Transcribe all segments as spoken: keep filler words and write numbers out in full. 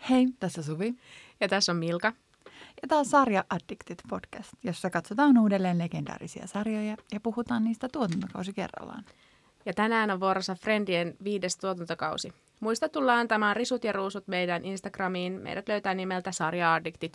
Hei, tässä Suvi. Ja tässä on Milka. Ja tämä on Sarja Addicted podcast, jossa katsotaan uudelleen legendaarisia sarjoja ja puhutaan niistä tuotantokausi kerrallaan. Ja tänään on vuorossa Friendien viides tuotantokausi. Muista tulla antamaan risut ja ruusut meidän Instagramiin. Meidät löytää nimeltä Sarja Addicted.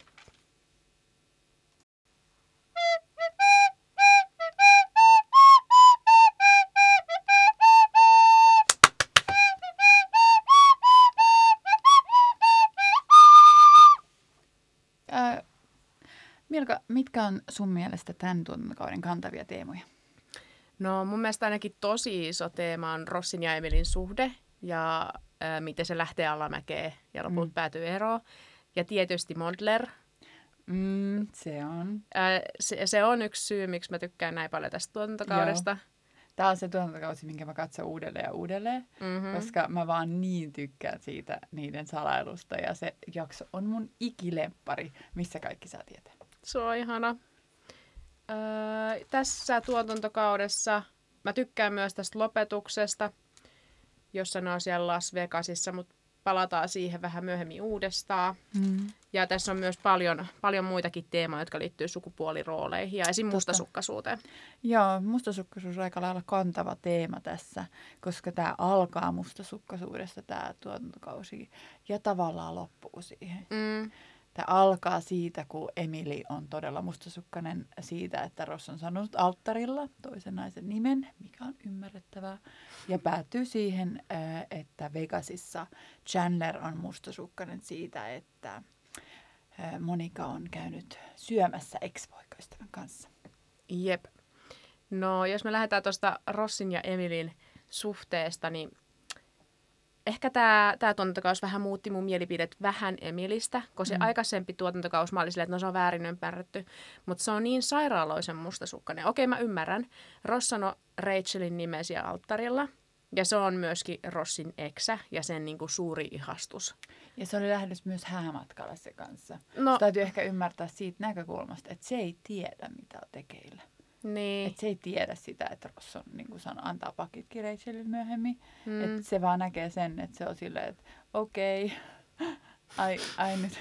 Ää, Milka, mitkä on sun mielestä tämän tuotantokauden kantavia teemoja? No mun mielestä ainakin tosi iso teema on Rossin ja Emilin suhde ja äh, miten se lähtee alamäkeen ja lopulta mm. päätyy eroon. Ja tietysti Mondler. Mm, se on. Äh, se, se on yksi syy, miksi mä tykkään näin paljon tästä tuotantokaudesta. Joo. Tämä on se tuotantokausi, minkä mä katson uudelleen ja uudelleen, mm-hmm. koska mä vaan niin tykkään siitä niiden salailusta. Ja se jakso on mun ikilemppari, missä kaikki saa tietää. Se on ihana. Öö, tässä tuotantokaudessa mä tykkään myös tästä lopetuksesta, jossa ne on siellä Las Vegasissa, mutta palataan siihen vähän myöhemmin uudestaan. Mm. Ja tässä on myös paljon, paljon muitakin teemoja, jotka liittyy sukupuolirooleihin ja esim. Mustasukkaisuuteen. Joo, mustasukkaisuus on aika lailla kantava teema tässä, koska tämä alkaa mustasukkaisuudesta tämä tuotantokausi ja tavallaan loppuu siihen. Mm. Tämä alkaa siitä, kun Emily on todella mustasukkainen siitä, että Ross on sanonut alttarilla toisen naisen nimen, mikä on ymmärrettävää. Ja päätyy siihen, että Vegasissa Chandler on mustasukkainen siitä, että Monika on käynyt syömässä ex-poikaystävän kanssa. Jep. No, jos me lähdetään tuosta Rossin ja Emilyn suhteesta, niin ehkä tämä, tämä tuotantokausi vähän muutti mun mielipidet vähän Emilistä, koska se mm. aikaisempi tuotantokausi mä olin silleen, että no se on väärin ymmärretty, mutta se on niin sairaaloisen mustasukkainen. Okei, mä ymmärrän. Ross sanoi Rachelin nimen siellä alttarilla, ja se on myöskin Rossin eksä ja sen niinku suuri ihastus. Ja se oli lähdössä myös häämatkalle se kanssa. No, se täytyy ehkä ymmärtää siitä näkökulmasta, että se ei tiedä, mitä on tekeillä. Niin. Että se ei tiedä sitä, että Ross on, niin kuin sanoo, antaa pakitkin Rachelille myöhemmin. Mm. Että se vaan näkee sen, että se on silleen, että okei, okay, ai, ai nyt,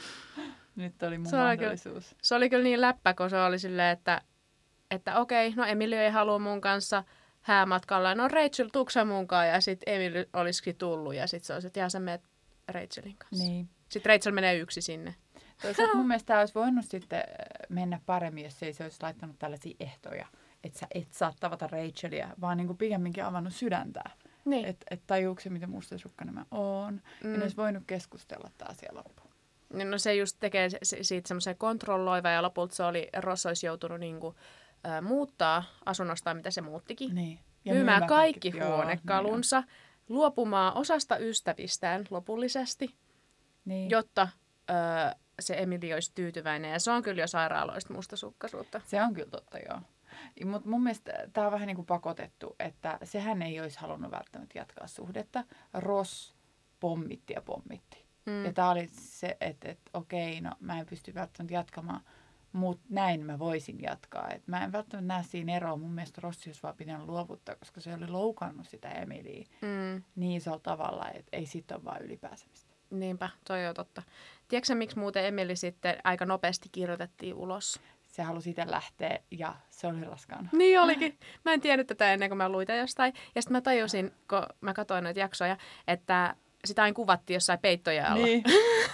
nyt oli mun se mahdollisuus. Oli kyllä, se oli kyllä niin läppä, kun se oli silleen, että, että okei, okay, no Emily ei halua mun kanssa häämatkalla. No Rachel, tuuksa munkaan? Ja sitten Emily olisikin tullut ja sitten se olisi, että jää sä meet Rachelin kanssa. Niin. Sitten Rachel menee yksi sinne. Toisaalta mun mielestä tämä olisi voinut sitten mennä paremmin, jos ei se olisi laittanut tällaisia ehtoja, että sä et saa tavata Rachelia, vaan niin kuin pikemminkin avannut sydäntää. Niin. Että et tajuuko se, miten mustasukkainen mä oon. Mm. Ja ne olisi voinut keskustella tämä asia loppuun. No se just tekee siitä semmoisen kontrolloiva ja lopulta se oli, Ross olisi joutunut niin kuin, äh, muuttaa asunnostaan, mitä se muuttikin. Niin. Ja myymään, myymään kaikki, kaikki huonekalunsa, joo, luopumaan osasta ystävistään lopullisesti, niin, jotta Öö, se Emily olisi tyytyväinen. Ja se on kyllä jo sairaaloista mustasukkaisuutta. Se on kyllä totta, joo. Mutta mun mielestä tämä on vähän niin kuin pakotettu, että sehän ei olisi halunnut välttämättä jatkaa suhdetta. Ross pommitti ja pommitti. Mm. Ja tämä oli se, että, että okei, no mä en pysty välttämättä jatkamaan, mutta näin mä voisin jatkaa. Et mä en välttämättä näe siinä eroa. Mun mielestä Ross olisi vaan pitänyt luovuttaa, koska se oli loukannut sitä Emilyä mm. niin isolla tavalla, että ei siitä ole vaan ylipääsemistä. Niinpä, toi on totta. Tiedätkö miksi muuten Emily sitten aika nopeasti kirjoitettiin ulos? Se halusi itse lähteä ja se oli raskaana. Niin olikin. Mä en tiennyt tätä ennen kuin mä luin jostain. Ja sitten mä tajusin, kun mä katsoin noita jaksoja, että sitä aina kuvattiin jossain peittojen alla. Niin.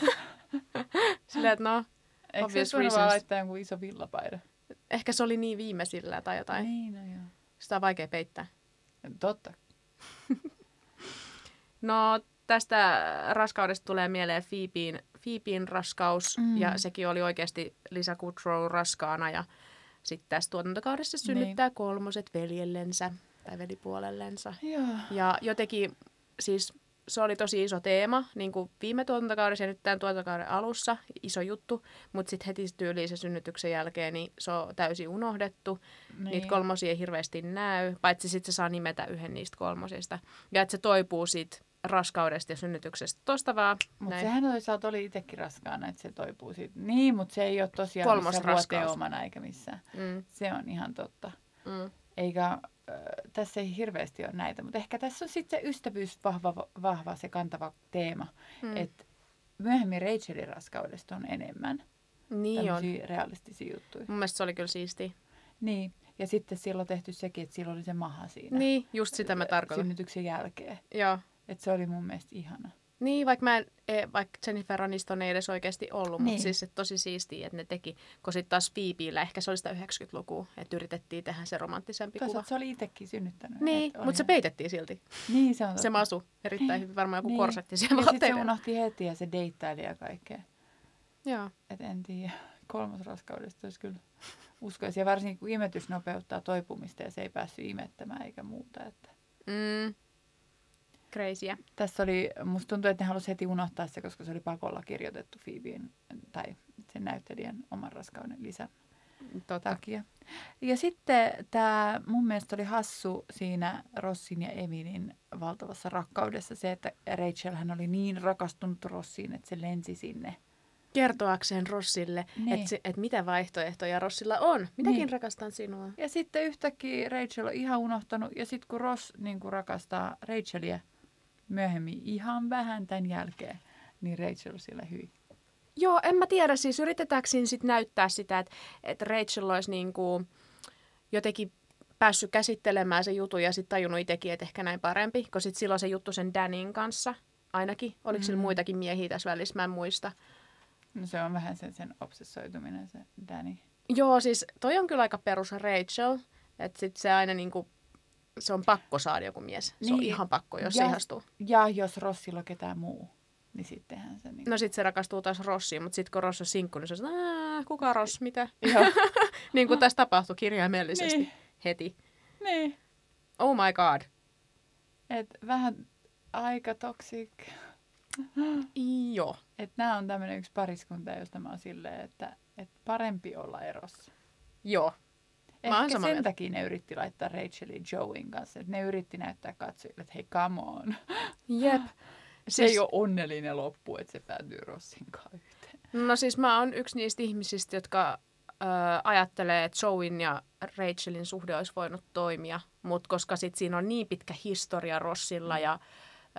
Silleen, että no, eikö se olisi vaan laittaa jonkun iso villapaida? Ehkä se oli niin viimeisillä tai jotain. Niin, no joo. Sitä on vaikea peittää. Totta. No, tästä raskaudesta tulee mieleen Phoeben, Phoeben raskaus, mm. ja sekin oli oikeasti Lisa Kudrow raskaana, ja sitten tässä tuotantokaudessa synnyttää niin. kolmoset veljellensä, tai velipuolellensa. Joo. Ja jotenkin, siis se oli tosi iso teema, niin kuin viime tuotantokaudessa ja nyt tämän tuotantokauden alussa, iso juttu, mutta sitten heti tyyliin se synnytyksen jälkeen, niin se on täysin unohdettu. Niin. Niitä kolmosia ei hirveästi näy, paitsi sitten se saa nimetä yhden niistä kolmosista. Ja että se toipuu siitä raskaudesta ja synnytyksestä tosta vaan. Mutta sehän toisaalta oli itsekin raskaana, että se toipuu siitä. Niin, mutta se ei ole tosiaan missään vuoteomana eikä missään. Mm. Se on ihan totta. Mm. Eikä äh, tässä ei hirveästi ole näitä, mutta ehkä tässä on sitten se ystävyys vahva, vahva, se kantava teema. Mm. Että myöhemmin Rachelin raskaudesta on enemmän. Niin on. Realistisia juttuja. Mun mielestä se oli kyllä siistiä. Niin, ja sitten silloin tehty sekin, että silloin oli se maha siinä. Niin, just sitä mä tarkoitan. Synnytyksen jälkeen. Joo. Että se oli mun mielestä ihana. Niin, vaikka, mä en, vaikka Jennifer Aniston ei edes oikeasti ollut, niin. mutta siis että tosi siistiä, että ne teki. Kun sitten taas Phoebellä, ehkä se oli sitä yhdeksänkymmentälukua, että yritettiin tehdä se romanttisempi Toisaalta kuva. se oli itsekin synnyttänyt. Niin, mutta se peitettiin silti. Niin, se on totta. Se masu erittäin hyvin, varmaan joku niin. korsetti siellä. Ja sitten se unohti heti ja se deittaili ja kaikkea. Joo. Et en tiedä, kolmosraskaudesta olisi kyllä uskoisin. Ja varsinkin kun imetys nopeuttaa toipumista ja se ei päässyt imettämään eikä muuta. Että. Mm. Crazyä. Tässä oli, musta tuntuu, että ne halusi heti unohtaa se, koska se oli pakolla kirjoitettu Phoeben tai sen näyttelijän oman raskauden lisän Totta. takia. Ja sitten tämä mun mielestä oli hassu siinä Rossin ja Eminin valtavassa rakkaudessa se, että Rachel hän oli niin rakastunut Rossiin, että se lensi sinne. Kertoakseen Rossille, niin. että et mitä vaihtoehtoja Rossilla on. Minäkin niin. rakastan sinua. Ja sitten yhtäkkiä Rachel on ihan unohtanut. Ja sitten kun Ross niin kun rakastaa Rachelia myöhemmin ihan vähän tämän jälkeen, niin Rachel on sillä hyi. Joo, en mä tiedä. Siis yritetäänkö siinä sit näyttää sitä, että, että Rachel olisi niinku jotenkin päässyt käsittelemään se jutun ja sitten tajunnut itsekin, että ehkä näin parempi. Kun sitten silloin se juttu sen Danin kanssa ainakin. Oliko mm. sillä muitakin miehiä tässä välissä? Mä en muista. No se on vähän sen, sen obsessoituminen, se Danny. Joo, siis toi on kyllä aika perus Rachel. Että sit se aina niinku, se on pakko saada joku mies. Se niin. on ihan pakko, jos ja, se ihastuu. Ja jos Rossilla on ketään muu, niin sittenhän se niinku. No sit se rakastuu taas Rossiin, mutta sit kun Ross on sinkku, niin se on, aah, kuka Ross, mitä? Niin kuin tässä tapahtui kirjaimellisesti niin. heti. Niin. Oh my god. Et vähän aika toxic. Joo. Että nämä on tämmöinen yksi pariskunta, josta mä oon silleen, että, että parempi olla erossa. Joo. Ehkä sen mieltä. Takia ne yritti laittaa Rachelin Joeyn kanssa. Että ne yritti näyttää katsojille, että hei, come on. Jep. Se siis ei ole onnellinen loppu, että se päätyy Rossin kanssa yhteen. No siis mä oon yksi niistä ihmisistä, jotka ö, ajattelee, että Joeyn ja Rachelin suhde olisi voinut toimia. Mutta koska sit siinä on niin pitkä historia Rossilla mm. ja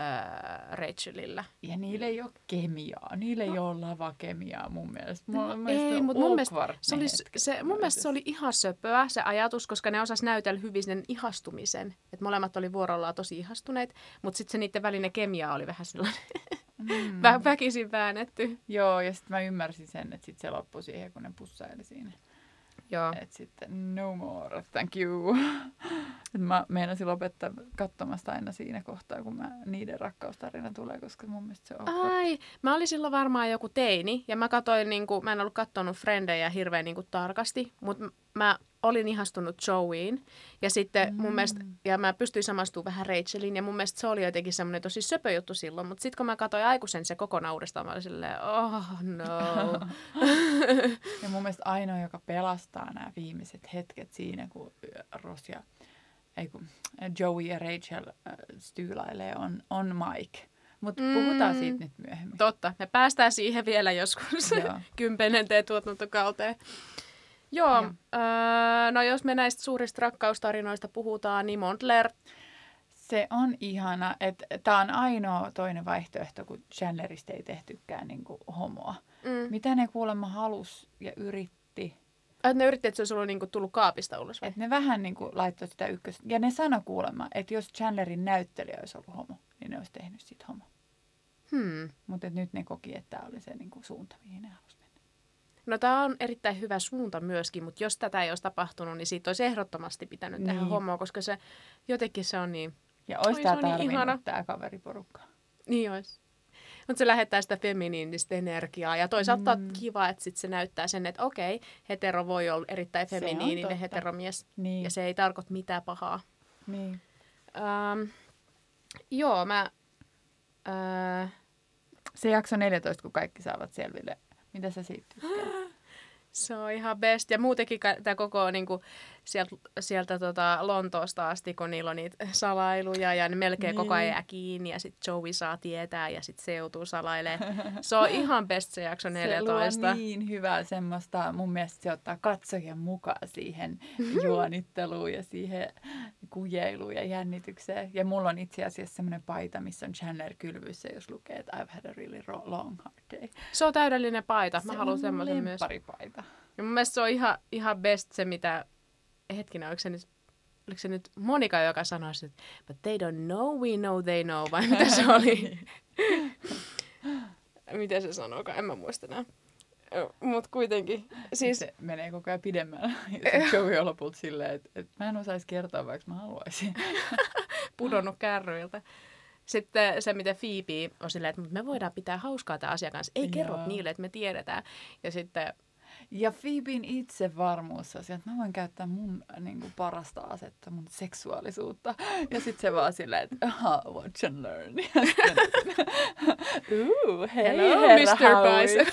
Rachelillä. Ja niillä ei ole kemiaa. Niillä ei no. ole lavakemiaa mun mielestä. Mun no, mielestä ei, mutta mun mielestä, se oli, se, mun mielestä se oli ihan söpöä se ajatus, koska ne osas näytellä hyvin sen ihastumisen. Että molemmat oli vuorollaan tosi ihastuneet, mutta sitten se niiden välinen kemia oli vähän sellainen mm. vä- väkisin väännetty. Joo, ja sitten mä ymmärsin sen, että sitten se loppui siihen, kun ne pussaili siinä. Joo. Että sitten no more, thank you. Mä meinasin lopettaa katsomasta aina siinä kohtaa, kun mä, niiden rakkaustarina tulee, koska mun mielestä se on awkward. Ai, mä olin silloin varmaan joku teini, ja mä katsoin, niin kuin, mä en ollut katsonut Frendejä hirveän niin kuin, tarkasti, mutta mä olin ihastunut Joeyin, ja sitten mm. mun mielestä, ja mä pystyin samastumaan vähän Racheliin, ja mun mielestä se oli jotenkin semmoinen tosi söpö juttu silloin, mutta sitten kun mä katsoin aikuisen se kokonaan uudestaan, mä olin silleen, oh no. Ja mun mielestä ainoa, joka pelastaa nämä viimeiset hetket siinä, kun Ross ja ei kun, Joey ja Rachel äh, styylailee, on, on Mike. Mutta mm. puhutaan siitä nyt myöhemmin. Totta, me päästään siihen vielä joskus kymmenenteen tuotantokauteen. Joo, öö, no jos me näistä suurista rakkaustarinoista puhutaan, niin Montler. Se on ihana, että tämä on ainoa toinen vaihtoehto, kun Chandlerista ei tehtykään niin kuin homoa. Mm. Mitä ne kuulemma halus ja yritti? Että ne yritti, että se olisi ollut niin kuin tullut kaapista ulos vai? Että ne vähän niin kuin laittoi sitä ykköstä. Ja ne sanoi kuulemma, että jos Chandlerin näyttelijä olisi ollut homo, niin ne olisi tehnyt siitä homo. Hmm. Mutta nyt ne koki, että tämä oli se niin kuin suunta, mihin ne halusi mennä. No tämä on erittäin hyvä suunta myöskin, mutta jos tätä ei olisi tapahtunut, niin siitä olisi ehdottomasti pitänyt niin. tehdä homoa, koska se jotenkin se on niin. Ja olisi tämä tarvinnut niin tämä kaveriporukka. Niin olisi. Mutta se lähettää sitä feminiinistä energiaa ja toisaalta mm. on kiva, että sit se näyttää sen, että okei, hetero voi olla erittäin feminiininen heteromies niin. ja se ei tarkoita mitään pahaa. Niin. Ähm, joo, mä... Äh, se jakso neljätoista, kun kaikki saavat selville. Mitä sä siitä tykkää? Se on ihan best. Ja muutenkin tämä koko niin kuin, sieltä, sieltä tota, Lontoosta asti, kun niillä on niitä salailuja ja ne melkein niin. koko ajan jää kiinni ja sitten Joey saa tietää ja sitten se joutuu salailemaan. Se on ihan best se jakso neljätoista. Se luo niin hyvää semmoista, mun mielestä se ottaa katsojien mukaan siihen juonitteluun ja siihen kujeiluun ja jännitykseen. Ja mulla on itse asiassa semmoinen paita, missä on Chandler kylvyssä, jos lukee, että I've had a really long heart. birthday. Se on täydellinen paita. Mä se haluan semmoisen myös. Se on lempparipaita. Ja mun mielestä se on ihan, ihan best se, mitä... Hetkinen, oliko se nyt, oliko se nyt Monika, joka sanoi, että but they don't know, we know, they know, vai mitä se oli? Miten se sanookaan, en mä muista enää. Mut kuitenkin. Siis... Se menee koko ajan pidemmällä. Ja se Joey on lopulta silleen, että, että mä en osaisi kertoa, vaikka mä haluaisin. Pudonnut kärryiltä. Sitten se, miten Phoebe on silleen, että me voidaan pitää hauskaa tämän asian kanssa. Ei kerro niille, että me tiedetään. Ja sitten... Ja Phoeben itsevarmuus on että mä voin käyttää mun niin kuin, parasta asetta, mun seksuaalisuutta. Ja sitten se vaan silleen, että aha, watch and learn. Ja sitten, ooh, hei hello, herra mister Bicep.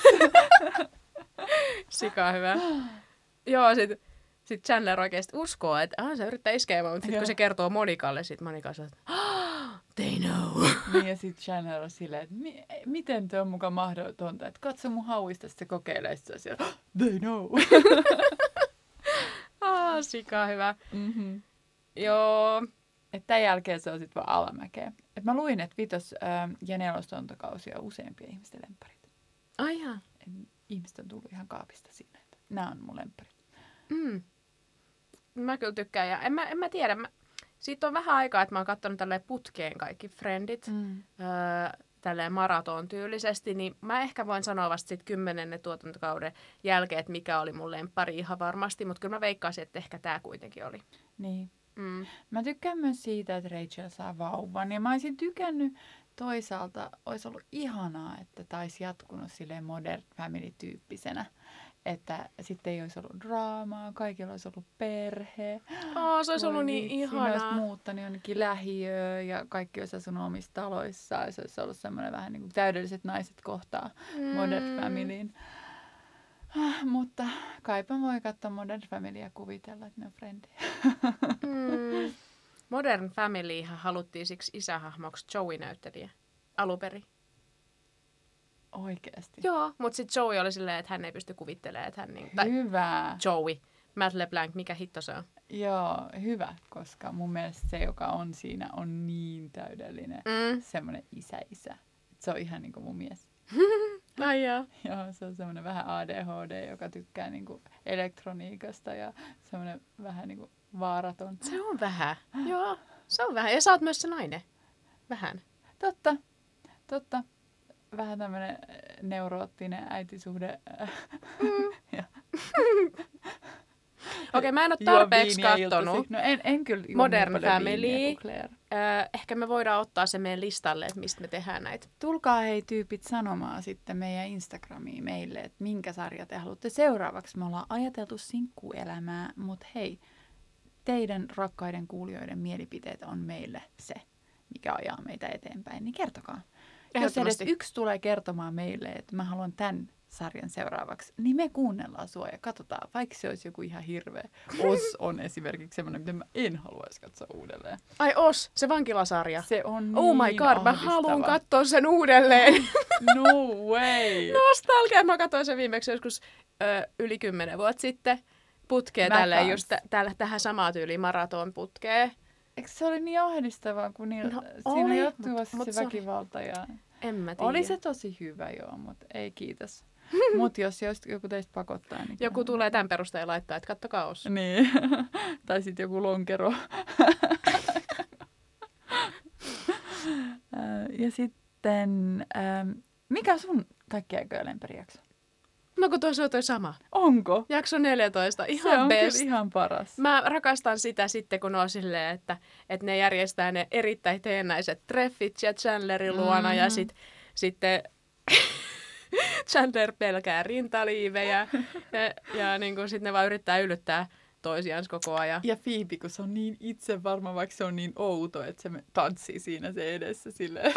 Sika hyvä. Joo, sit, sit Chandler oikeesti uskoo, että ah, se yrittää iskeä, mutta sitten kun se kertoo Monikalle, sit Monika sanoo, että ah, they know. Niin, ja sitten Chandler on silleen, että mi- miten te on mukaan mahdotonta, että katso mun hauista, sitten se kokeilee, sitten se on siellä, they know. ah, sika hyvä. Mm-hmm. Joo. Että tämän jälkeen se on sitten vaan alamäkeä. Et mä luin, että vitos- ähm, ja nelostontokausi on useampia ihmisten lempparit. Ai jaa. Ihmiset on tullut ihan kaapista sinne, että nämä on mun lempparit. Mm. Mä kyllä tykkään. Ja en mä, en mä tiedä. Mä, siitä on vähän aikaa, että mä oon katsonut tälleen putkeen kaikki Friendit. Mm. Öö, tälleen maraton tyylisesti. Niin mä ehkä voin sanoa vasta sit kymmenennen tuotantokauden jälkeen, että mikä oli mun lemppari ihan varmasti. Mutta kyllä mä veikkaisin, että ehkä tää kuitenkin oli. Niin. Mm. Mä tykkään myös siitä, että Rachel saa vauvan. Ja mä olisin tykännyt toisaalta, olisi ollut ihanaa, että taisi jatkunut silleen Modern Family-tyyppisenä. Että sitten ei olisi ollut draamaa, kaikilla olisi ollut perhe. Oh, se olisi Voi ollut niin vitsi, ihanaa. Ne olisi muuttanut jonnekin lähiöön ja kaikki olisi asunut omissa taloissaan. Se olisi ollut semmoinen vähän niin kuin täydelliset naiset kohtaa mm. Modern Familyin. Ah, mutta kaipa voi katsoa Modern Familya ja kuvitella, että ne on frendejä. Mm. Modern Familyhän haluttiin siksi isähahmoksi Joey-näyttelijä alunperin. Oikeasti? Joo, mutta sitten Joey oli silleen, että hän ei pysty kuvittelemaan, että hän... Niin, tai hyvä. Joey. Matt LeBlanc, mikä hitto se on? Joo, hyvä, koska mun mielestä se, joka on siinä, on niin täydellinen. Mm. Semmoinen isä-isä. Se on ihan niin kuin mun mies. Ai joo. Joo, se on semmoinen vähän A D H D, joka tykkää niin kuin elektroniikasta ja semmoinen vähän niin kuin vaaraton. Se on vähän. Joo, se on vähän. Ja sä oot myös se nainen. Vähän. Totta, totta. Vähän tämmöinen neuroottinen äitisuhde. Mm. Okei, mä en ole tarpeeksi kattonut no en, en kyllä Modern niin Family. Äh, ehkä me voidaan ottaa se meidän listalle, että mistä me tehdään näitä. Tulkaa hei tyypit sanomaan sitten meidän Instagramiin meille, että minkä sarja te haluatte seuraavaksi. Me ollaan ajateltu sinkkuelämää, mutta hei, teidän rakkaiden kuulijoiden mielipiteet on meille se, mikä ajaa meitä eteenpäin, niin kertokaa. Jos edes yksi tulee kertomaan meille, että mä haluan tämän sarjan seuraavaksi, niin me kuunnellaan sua ja katsotaan, vaikka se olisi joku ihan hirveä. Os on esimerkiksi semmoinen, mitä mä en haluaisi katsoa uudelleen. Ai Os, se vankilasarja. Se on niin oh my god, ahdistava. Mä haluan katsoa sen uudelleen. No way. Nostalgia. Mä katsoin sen viimeksi joskus ö, yli kymmenen vuotta sitten. Putkeen tälleen just t- tällä, tähän samaan tyyliin maraton putkeen. Eikö se oli niin ahdistavaa, kun niillä, no, siinä oli, jatkuvasti mut, se väkivalta. Ja... En mä tiedä. Oli se tosi hyvä, joo, mutta ei kiitos. Mutta jos joku teistä pakottaa, niin... Joku tulee tämän perusteella laittaa, että kattokaa Os. Niin. Tai sitten joku lonkero. Ja sitten, mikä sun kaikki aikojen lempärijakso? No kun tuossa on toi sama. Onko? Jakso neljätoista, ihan se on best. kyllä ihan paras. Mä rakastan sitä sitten, kun on silleen, että, että ne järjestää ne erittäin teennäiset treffit ja Chandlerin luona mm-hmm. ja sit, sitten Chandler pelkää rintaliivejä ja, ja niin sitten ne vaan yrittää yllyttää toisiaan koko ajan. Ja Phoebe, kun se on niin itsevarma, vaikka se on niin outo, että se tanssii siinä se edessä silleen.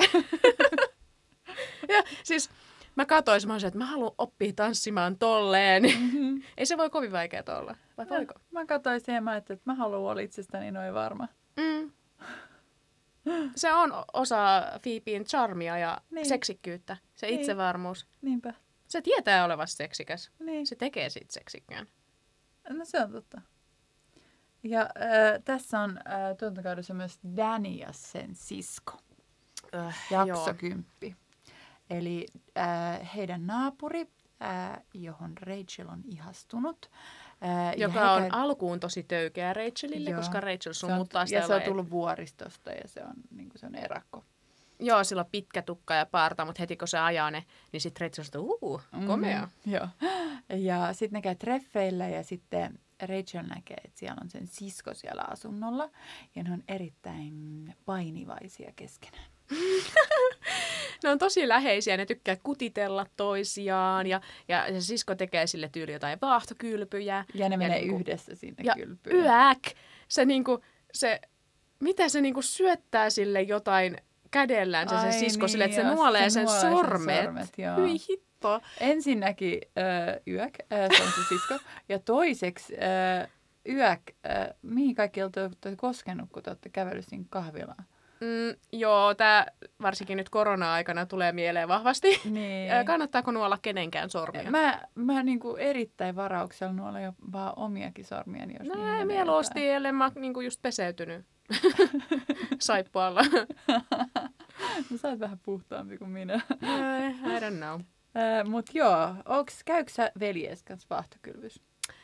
Ja siis... Mä katsoin semmoisen, että mä haluan oppia tanssimaan tolleen. Mm-hmm. Ei se voi kovin vaikeaa olla. Vai voiko? Mä katsoin siihen, mä että mä haluan olla itsestäni noin varma. Mm. Se on osa Phoeben charmia ja niin. seksikkyyttä. Se niin. itsevarmuus. Niinpä. Se tietää olevasti seksikäs. Niin. Se tekee siitä seksikkään. No se on totta. Ja äh, tässä on äh, tuotantokaudessa myös Danny ja sen sisko. Äh, Jakso joo. kymppi. Eli äh, heidän naapuri, äh, johon Rachel on ihastunut. Äh, Joka on käy... alkuun tosi töykeä Rachelille, Joo. koska Rachel sumuttaa sitä. Ja se on tullut vuoristosta ja se on, niin kuin se on erakko. Joo, sillä on pitkä tukka ja parta, mutta heti kun se ajaa ne, niin sitten Rachel sanoo, uuu, komea. Mm, joo. Ja sitten ne käy treffeillä ja sitten Rachel näkee, että siellä on sen sisko siellä asunnolla. Ja ne on erittäin painivaisia keskenään. Ne on tosi läheisiä, ne tykkää kutitella toisiaan ja, ja se sisko tekee sille tyyli jotain vaahtokylpyjä. Ja ne menee ja niinku, yhdessä sinne ja kylpyyn. Yäk! Se niinku, se, mitä se niinku syöttää sille jotain kädellänsä se sisko niin, sille, että se nuolee sen sormet. Sen sormet Hyi hitto. Ensinnäkin äh, yäk, äh, se on se sisko. Ja toiseksi äh, yäk, äh, mihin kaikki olette koskenut, kun te olette kävellyt siinä kahvilaan? Mm, joo, tämä varsinkin nyt korona-aikana tulee mieleen vahvasti. Niin. Kannattaako nuolla kenenkään sormia? Mä, mä niinku erittäin varauksella nuolla jo vaan omiakin sormiani. Jos no mieluusti, ellei mä niinku just peseytynyt saippualla. No sä oot vähän puhtaampi kuin minä. I don't know. Äh, mut joo, onks, käyksä sä veljes kanssa vaahtokylvyssä?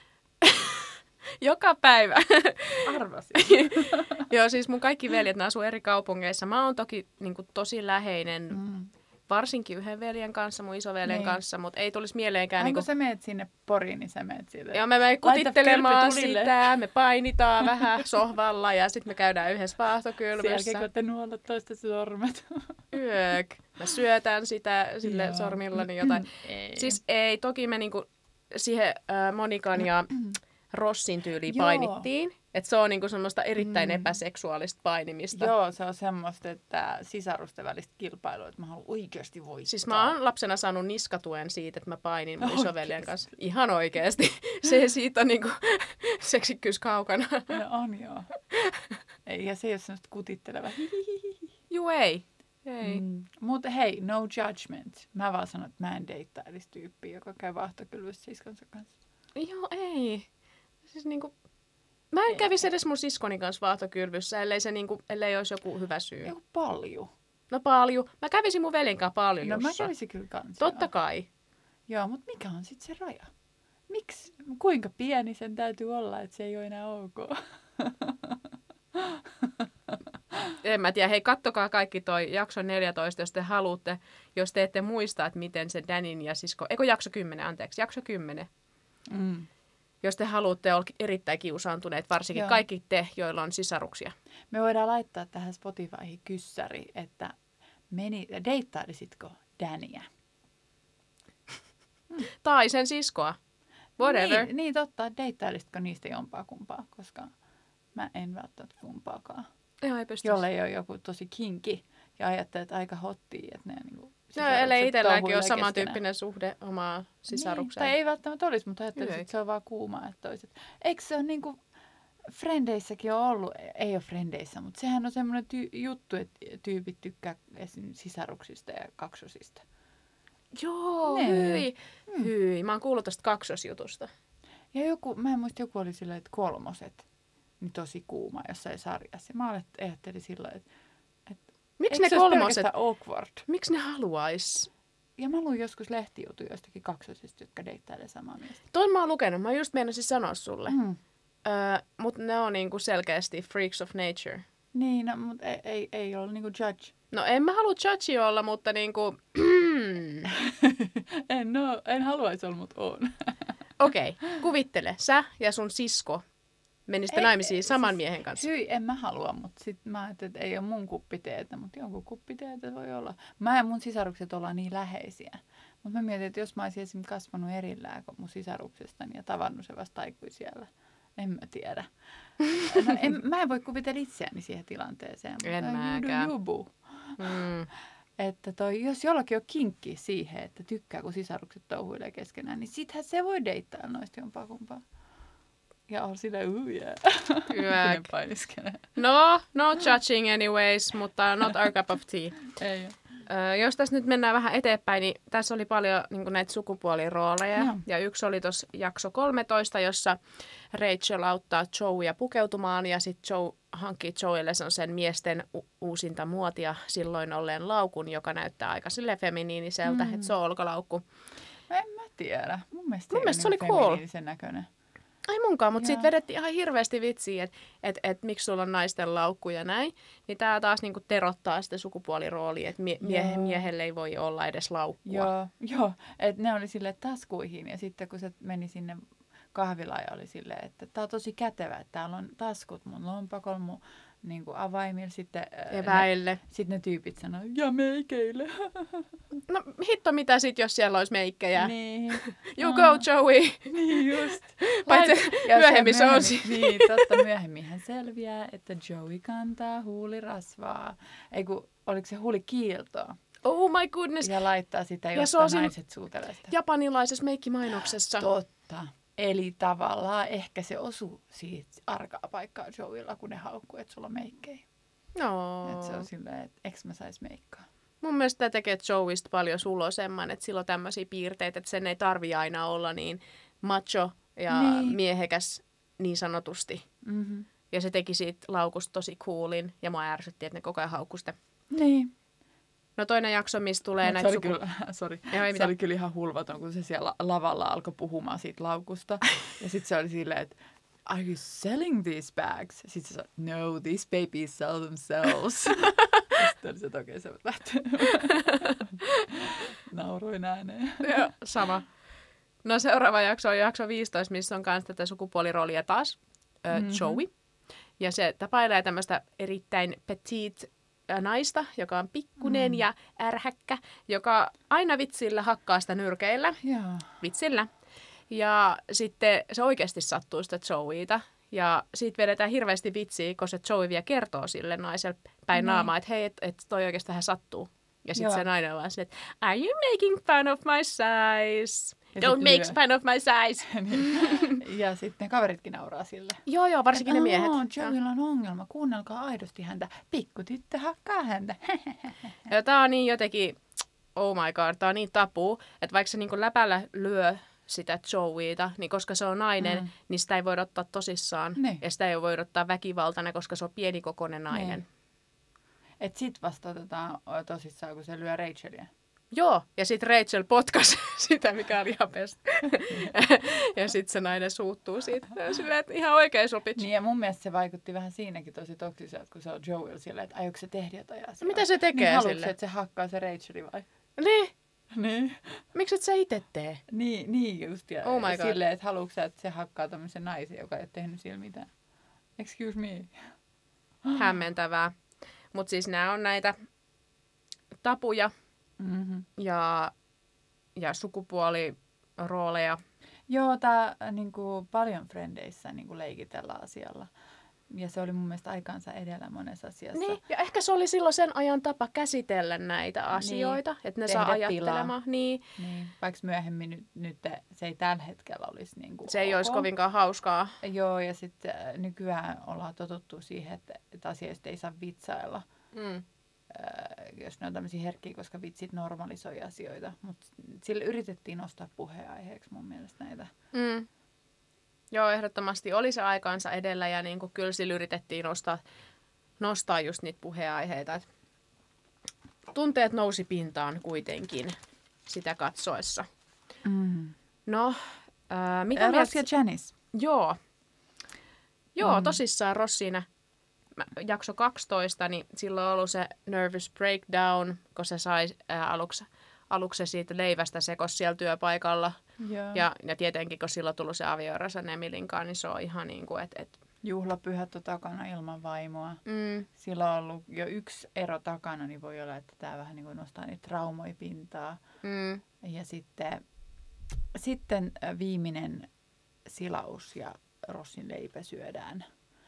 Joka päivä. Arvasin. Joo, siis mun kaikki veljet, ne asuu eri kaupungeissa. Mä oon toki niin kuin, tosi läheinen, mm. varsinkin yhden veljen kanssa, mun isoveljen niin. kanssa, mutta ei tulisi mieleenkään... Aina niin kun sä meet sinne Poriin, niin sä meet siitä. Joo, me menen kutittelemaan sitä, me painitaan vähän sohvalla ja sitten me käydään yhdessä vaahtokylvyssä. Sen jälkeen, kun te nuolat toista sormet. Yök. Mä syötän sitä sille Joo. sormillani jotain. Ei. Siis ei, toki me niinku siihen äh, Monikan ja Rossin tyyliin Joo. painittiin. Että se on niinku semmoista erittäin mm. epäseksuaalista painimista. Joo, se on semmoista, että sisarusten välistä kilpailua, että mä haluan oikeasti voittaa. Siis mä oon lapsena saanut niskatuen siitä, että mä painin mun isoveljen kanssa. Ihan oikeasti. Se siitä on niinku seksikkyys kaukana. No on joo. Ei, ja se ei ole semmoista kutitteleva. Juu ei. Ei. Mm. Mutta hei, no judgment. Mä vaan sanon, että mä en deittailisi tyyppiä, joka käy vaahtokylvyssä siskonsa kanssa. Joo, ei. Siis niinku... Mä en kävisi edes mun siskoni kanssa vaahtokylvyssä, ellei, se niinku, ellei olisi joku hyvä syy. Joku paljon. No paljon. Mä kävisin mun veljen kanssa paljon. No mä kävisin kyllä kanssa. Totta joo. kai. Joo, mutta mikä on sitten se raja? Miksi? Kuinka pieni sen täytyy olla, että se ei ole enää ok? En mä tiedä. Hei, kattokaa kaikki toi jakso neljätoista, jos te haluatte. Jos te ette muista, että miten se Danin ja sisko... Eikö jakso kymmenen, anteeksi. Jakso kymmenen. Mm. Jos te haluatte olla erittäin kiusaantuneet, varsinkin Joo. kaikki te, joilla on sisaruksia. Me voidaan laittaa tähän Spotifyhin kyssäri, että meni, deittailisitko Dania? Hmm. Tai sen siskoa. Whatever. Niin, niin totta, deittailisitko niistä jompaa kumpaa, koska mä en välttämättä kumpaakaan. Joo, ei pystyisi. Jolle ei ole joku tosi kinki ja ajattelee, että aika hottia, että ne niinku... No, ellei itselläkin ole samantyyppinen suhde omaa sisarukseen. Niin, tai ei välttämättä olisi, mutta ajattelisin, että se on vaan kuumaa, että toiset. Eikö se ole niin kuin Frendeissäkin on ollut, ei ole Frendeissä, mutta sehän on semmoinen ty- juttu, että tyypit tykkää esimerkiksi sisaruksista ja kaksosista. Joo, ne. hyi. Hmm. hyi. Mä oon kuullut tästä kaksosjutusta. Ja joku, mä en muista, joku oli silleen, että kolmoset, niin tosi kuuma jossain sarjassa. Mä ajattelin silloin, että Miksi ne kolmoset? Awkward? Miksi ne haluais? Ja mä luin joskus lehtijutuja jostakin kaksosista, jotka deittailee samaa miestä. Toi mä oon lukenut. Mä just meinasin sanoa sulle. Mm. Öö, Mutta ne on niinku selkeästi freaks of nature. Niin, no, mutta ei, ei, ei ole niinku judge. No en mä halua judge olla, mutta niinku... en, no, en haluaisi olla, mutta on. Okei, okay. Kuvittele. Sä ja sun sisko menisitte naimisiin saman siis, miehen kanssa. Hyi, en mä halua, mutta sitten mä ajattelin, että ei ole mun kuppiteetä, mutta jonkun kuppiteetä voi olla. Mä ja mun sisarukset ollaan niin läheisiä. Mutta mä mietin, että jos mä olisin esimerkiksi kasvanut erillään kuin mun sisaruksestani ja tavannut se vasta aikuisiellä. En mä tiedä. No, en, mä en voi kuvitella itseäni siihen tilanteeseen. En mäkään. Mm. Että toi, jos jollakin on kinkki siihen, että tykkää, kun sisarukset touhuilee keskenään, niin sittenhän se voi deittaa noista jompaa kumpaa. Ja on siinä ujää. No, no judging anyways, mutta not our cup of tea. Ei ole. Öö, jos tässä nyt mennään vähän eteenpäin, niin tässä oli paljon niin kuin näitä sukupuolirooleja. No. Ja yksi oli tuossa jakso kolmetoista, jossa Rachel auttaa Joeya pukeutumaan ja sitten Joe hankkii Joelle sen miesten u- uusinta muotia silloin olleen laukun, joka näyttää aika sille feminiiniseltä, mm. että se on olkalaukku. En mä tiedä. Mun mielestä, Mun mielestä se oli niin cool. näköinen. Ai munkaan, mutta sitten vedettiin ihan hirveästi vitsiä, että et, et, miksi sulla on naisten laukku ja näin. Niin tää taas niinku terottaa sitä sukupuoliroolia, että mie- mie- miehelle ei voi olla edes laukkua. Joo, joo. Että ne oli sille taskuihin ja sitten kun se meni sinne kahvilaan ja oli silleen, että tää on tosi kätevä, että täällä on taskut mun lompakolla, mun niin kuin avaimilla. Sitten eväille. Sitten ne tyypit sanoo, ja meikeille. No hitto mitä sit, jos siellä olisi meikkejä. Niin. You go, Joey. Niin just. Paitsi myöhemmin se on siinä. Niin, totta. Myöhemminhän selviää, että Joey kantaa huulirasvaa. Ei kun, oliko se huulikiiltoa? Oh my goodness. Ja laittaa sitä, jotta naiset suutelee sitä. Japanilaisessa meikkimainoksessa. Totta. Eli tavallaan ehkä se osuu siitä arkaa paikkaa Joeylla, kun ne haukkuu, että sulla on meikkejä. No. Että se on silleen, että eks mä sais meikkaa. Mun mielestä tämä tekee Joeysta paljon sulosemman, että sillä on tämmöisiä piirteitä, että sen ei tarvi aina olla niin macho ja niin. miehekäs niin sanotusti. Mm-hmm. Ja se teki siitä laukusta tosi coolin ja mua ärsytti, että ne koko ajan haukkui sitä. Niin. No toinen jakso, missä tulee Mut näitä se, suku... oli kyllä, sorry. Ei, se oli kyllä ihan hulvaton, kun se siellä lavalla alkoi puhumaan siitä laukusta. Ja sitten se oli silleen, että are you selling these bags? Sitten se sanoi, no, these babies sell themselves. Sitten oli se, että okei, se lähtee. Nauroin ääneen. Joo, sama. No seuraava jakso on jakso viisitoista, missä on myös tätä sukupuoliroolia taas, äh, mm-hmm. Joey. Ja se tapailee tämmöistä erittäin petite naista, joka on pikkunen mm. ja ärhäkkä, joka aina vitsillä hakkaa sitä nyrkeillä. Yeah. Vitsillä. Ja sitten se oikeasti sattuu sitä Joeyta. Ja siitä vedetään hirveästi vitsiä, kun se Joey vielä kertoo sille naiselle päin mm. naamaa, että hei, että et toi oikeastaan sattuu. Ja sitten se nainen on vaan silleen, että are you making fun of my size? Ja don't make lyö. fun of my size. Niin. Ja sitten kaveritkin nauraa sille. Joo, joo, varsinkin ne miehet. Joeylla on ongelma, kuunnelkaa aidosti häntä. Pikkutyttö hakkaa häntä. Ja tää on niin jotenkin, oh my god, tää on niin tabu, että vaikka se niinku läpällä lyö sitä Joeyta, niin koska se on nainen, mm. niin sitä ei voida ottaa tosissaan. Ne. Ja sitä ei voida ottaa väkivaltainen, koska se on pienikokoinen nainen. Ne. Et sit vasta otetaan tosissaan, kun se lyö Rachelia. Joo, ja sitten Rachel potkasi sitä, mikä oli ihan pestä. Ja sitten se nainen suuttuu siitä. Silleen, että ihan oikein sopit. Niin, ja mun mielestä se vaikutti vähän siinäkin tosi toksiselta, kun se on Joel silleen, että aiotko se tehdä jotain asiaa. No, mitä se tekee niin, sille? Haluatko, että se hakkaa se Racheli vai? Niin. Niin. Miksi et sä itse tee? Niin, niin just. Ja oh my God. Silleen, että haluatko että se hakkaa tämmöisen naisen, joka ei ole tehnyt sillä mitään. Excuse me. Hämmentävää. Mutta siis nämä on näitä tapuja mm-hmm. ja, ja sukupuolirooleja. Joo, tää niinku paljon Frendeissä niinku leikitellään asialla. Ja se oli mun mielestä aikaansa edellä monessa asiassa. Niin, ja ehkä se oli silloin sen ajan tapa käsitellä näitä asioita, niin. Että ne tehdä saa ajattelemaan. Niin. Niin. Vaikka myöhemmin nyt, nyt se ei tällä hetkellä olisi niin kuin se ei ok. olisi kovinkaan hauskaa. Joo, ja sitten nykyään ollaan totuttu siihen, että, että asioista ei saa vitsailla. Mm. Äh, jos ne on tämmöisiä herkkiä, koska vitsit normalisoi asioita. Mutta sillä yritettiin nostaa puheenaiheeksi mun mielestä näitä. Mm. Joo, ehdottomasti oli se aikaansa edellä ja niin kuin kyllä sillä yritettiin nostaa, nostaa just niitä puheenaiheita. Et tunteet nousi pintaan kuitenkin sitä katsoessa. Mm. No, ää, mitä Ross ja Janice. Joo. Joo, mm. tosissaan Ross siinä jakso kaksitoista, niin silloin on ollut se nervous breakdown, kun se sai ää, aluksi, aluksi siitä leivästä sekos siellä työpaikalla. Ja, ja tietenkin, kun silloin on tullut se avioero sen Emilinkaan, niin se on ihan niin kuin, että... Et... Juhlapyhät on takana ilman vaimoa. Mm. Sillä on ollut jo yksi ero takana, niin voi olla, että tämä vähän niin kuin nostaa niitä traumoja pintaa. Mm. Ja sitten, sitten viimeinen silaus ja Rossin leipä syödään.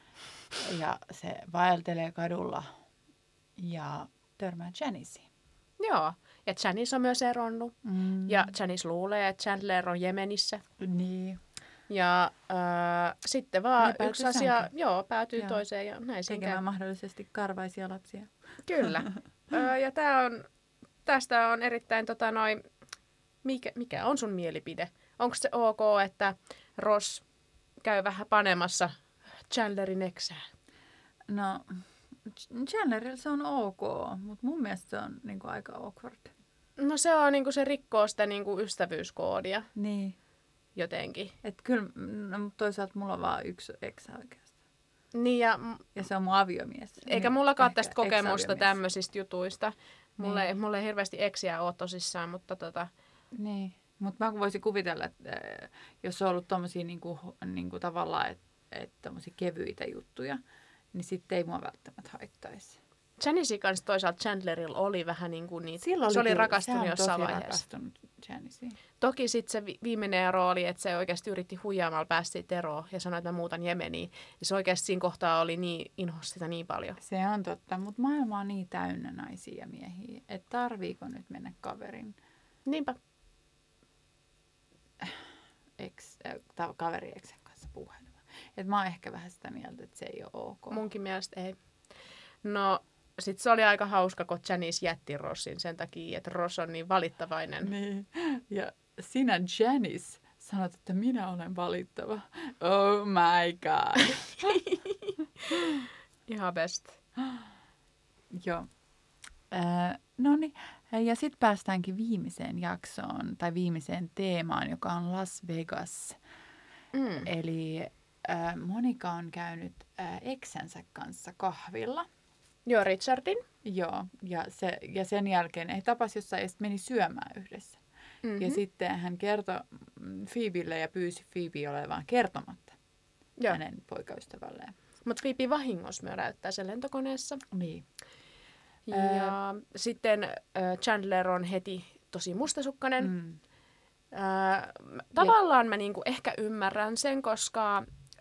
Ja se vaeltelee kadulla ja törmää Janiceen. Joo, ja Janice on myös eronnut. Mm. Ja Janice luulee, että Chandler on Jemenissä. Niin. Ja äh, sitten vaan yksi asia sänkä. Joo, päätyy joo. toiseen ja näin sen tekemään mahdollisesti karvaisia lapsia. Kyllä. äh, ja tämä on tästä on erittäin, tota, noi, mikä, mikä on sun mielipide? Onko se ok, että Ross käy vähän panemassa Chandlerin eksää? No, Chandlerilla se on ok, mutta mun mielestä se on niinku aika awkward. No se on niinku se rikkoo sitä niinku ystävyyskoodia. Niin. Jotenkin. Et kyllä, no, toisaalta mulla on vaan yksi eksä oikeastaan. Niin ja, ja se on mun aviomies. Eikä niin, mullakaan tästä kokemusta tämmöisistä jutuista. Mulla, niin. ei, mulla ei hirveästi eksiä ole tosissaan, mutta tota... Niin, mutta mä voisin kuvitella, että äh, jos on ollut tommosia niinku, niinku tavallaan, että et tommosia kevyitä juttuja, niin sitten ei mua välttämättä haittaisi. Janicein kanssa toisaalta Chandlerilla oli vähän niin kuin niitä. Silloin se oli kyllä, rakastunut jossain vaiheessa. rakastunut Janiceen. Toki sitten se vi- viimeinen ero oli, että se oikeasti yritti huijaamalla päästä siitä eroon ja sanoi, että mä muutan Jemeniin. Ja se oikeasti siinä kohtaa oli niin, inhosi sitä niin paljon. Se on totta, mutta maailma on niin täynnä naisia ja miehiä, että tarviiko nyt mennä kaverin Niinpä. ex, äh, kaveri eksen kanssa puhelemaan. Et mä oon ehkä vähän sitä mieltä, että se ei ole ok. Munkin mielestä ei. No, sitten se oli aika hauska, kun Janice jätti Rossin sen takia, että Ross on niin valittavainen. Niin. Ja sinä, Janice, sanot, että minä olen valittava. Oh my god. Ihan best. Joo. Äh, no niin, ja sitten päästäänkin viimeiseen jaksoon, tai viimeiseen teemaan, joka on Las Vegas. Mm. Eli äh, Monika on käynyt äh, eksänsä kanssa kahvilla. Joo, Richardin. Joo, ja, se, ja sen jälkeen he tapasi jossain ja meni syömään yhdessä. Mm-hmm. Ja sitten hän kertoi Phoebelle ja pyysi Phoebe olemaan kertomatta Joo. hänen poikaystävälleen. Mutta Phoebe vahingossa myöräyttää sen lentokoneessa. Niin. Ja äh, sitten äh, Chandler on heti tosi mustasukkainen. Mm. Äh, tavallaan ja. mä niinku ehkä ymmärrän sen, koska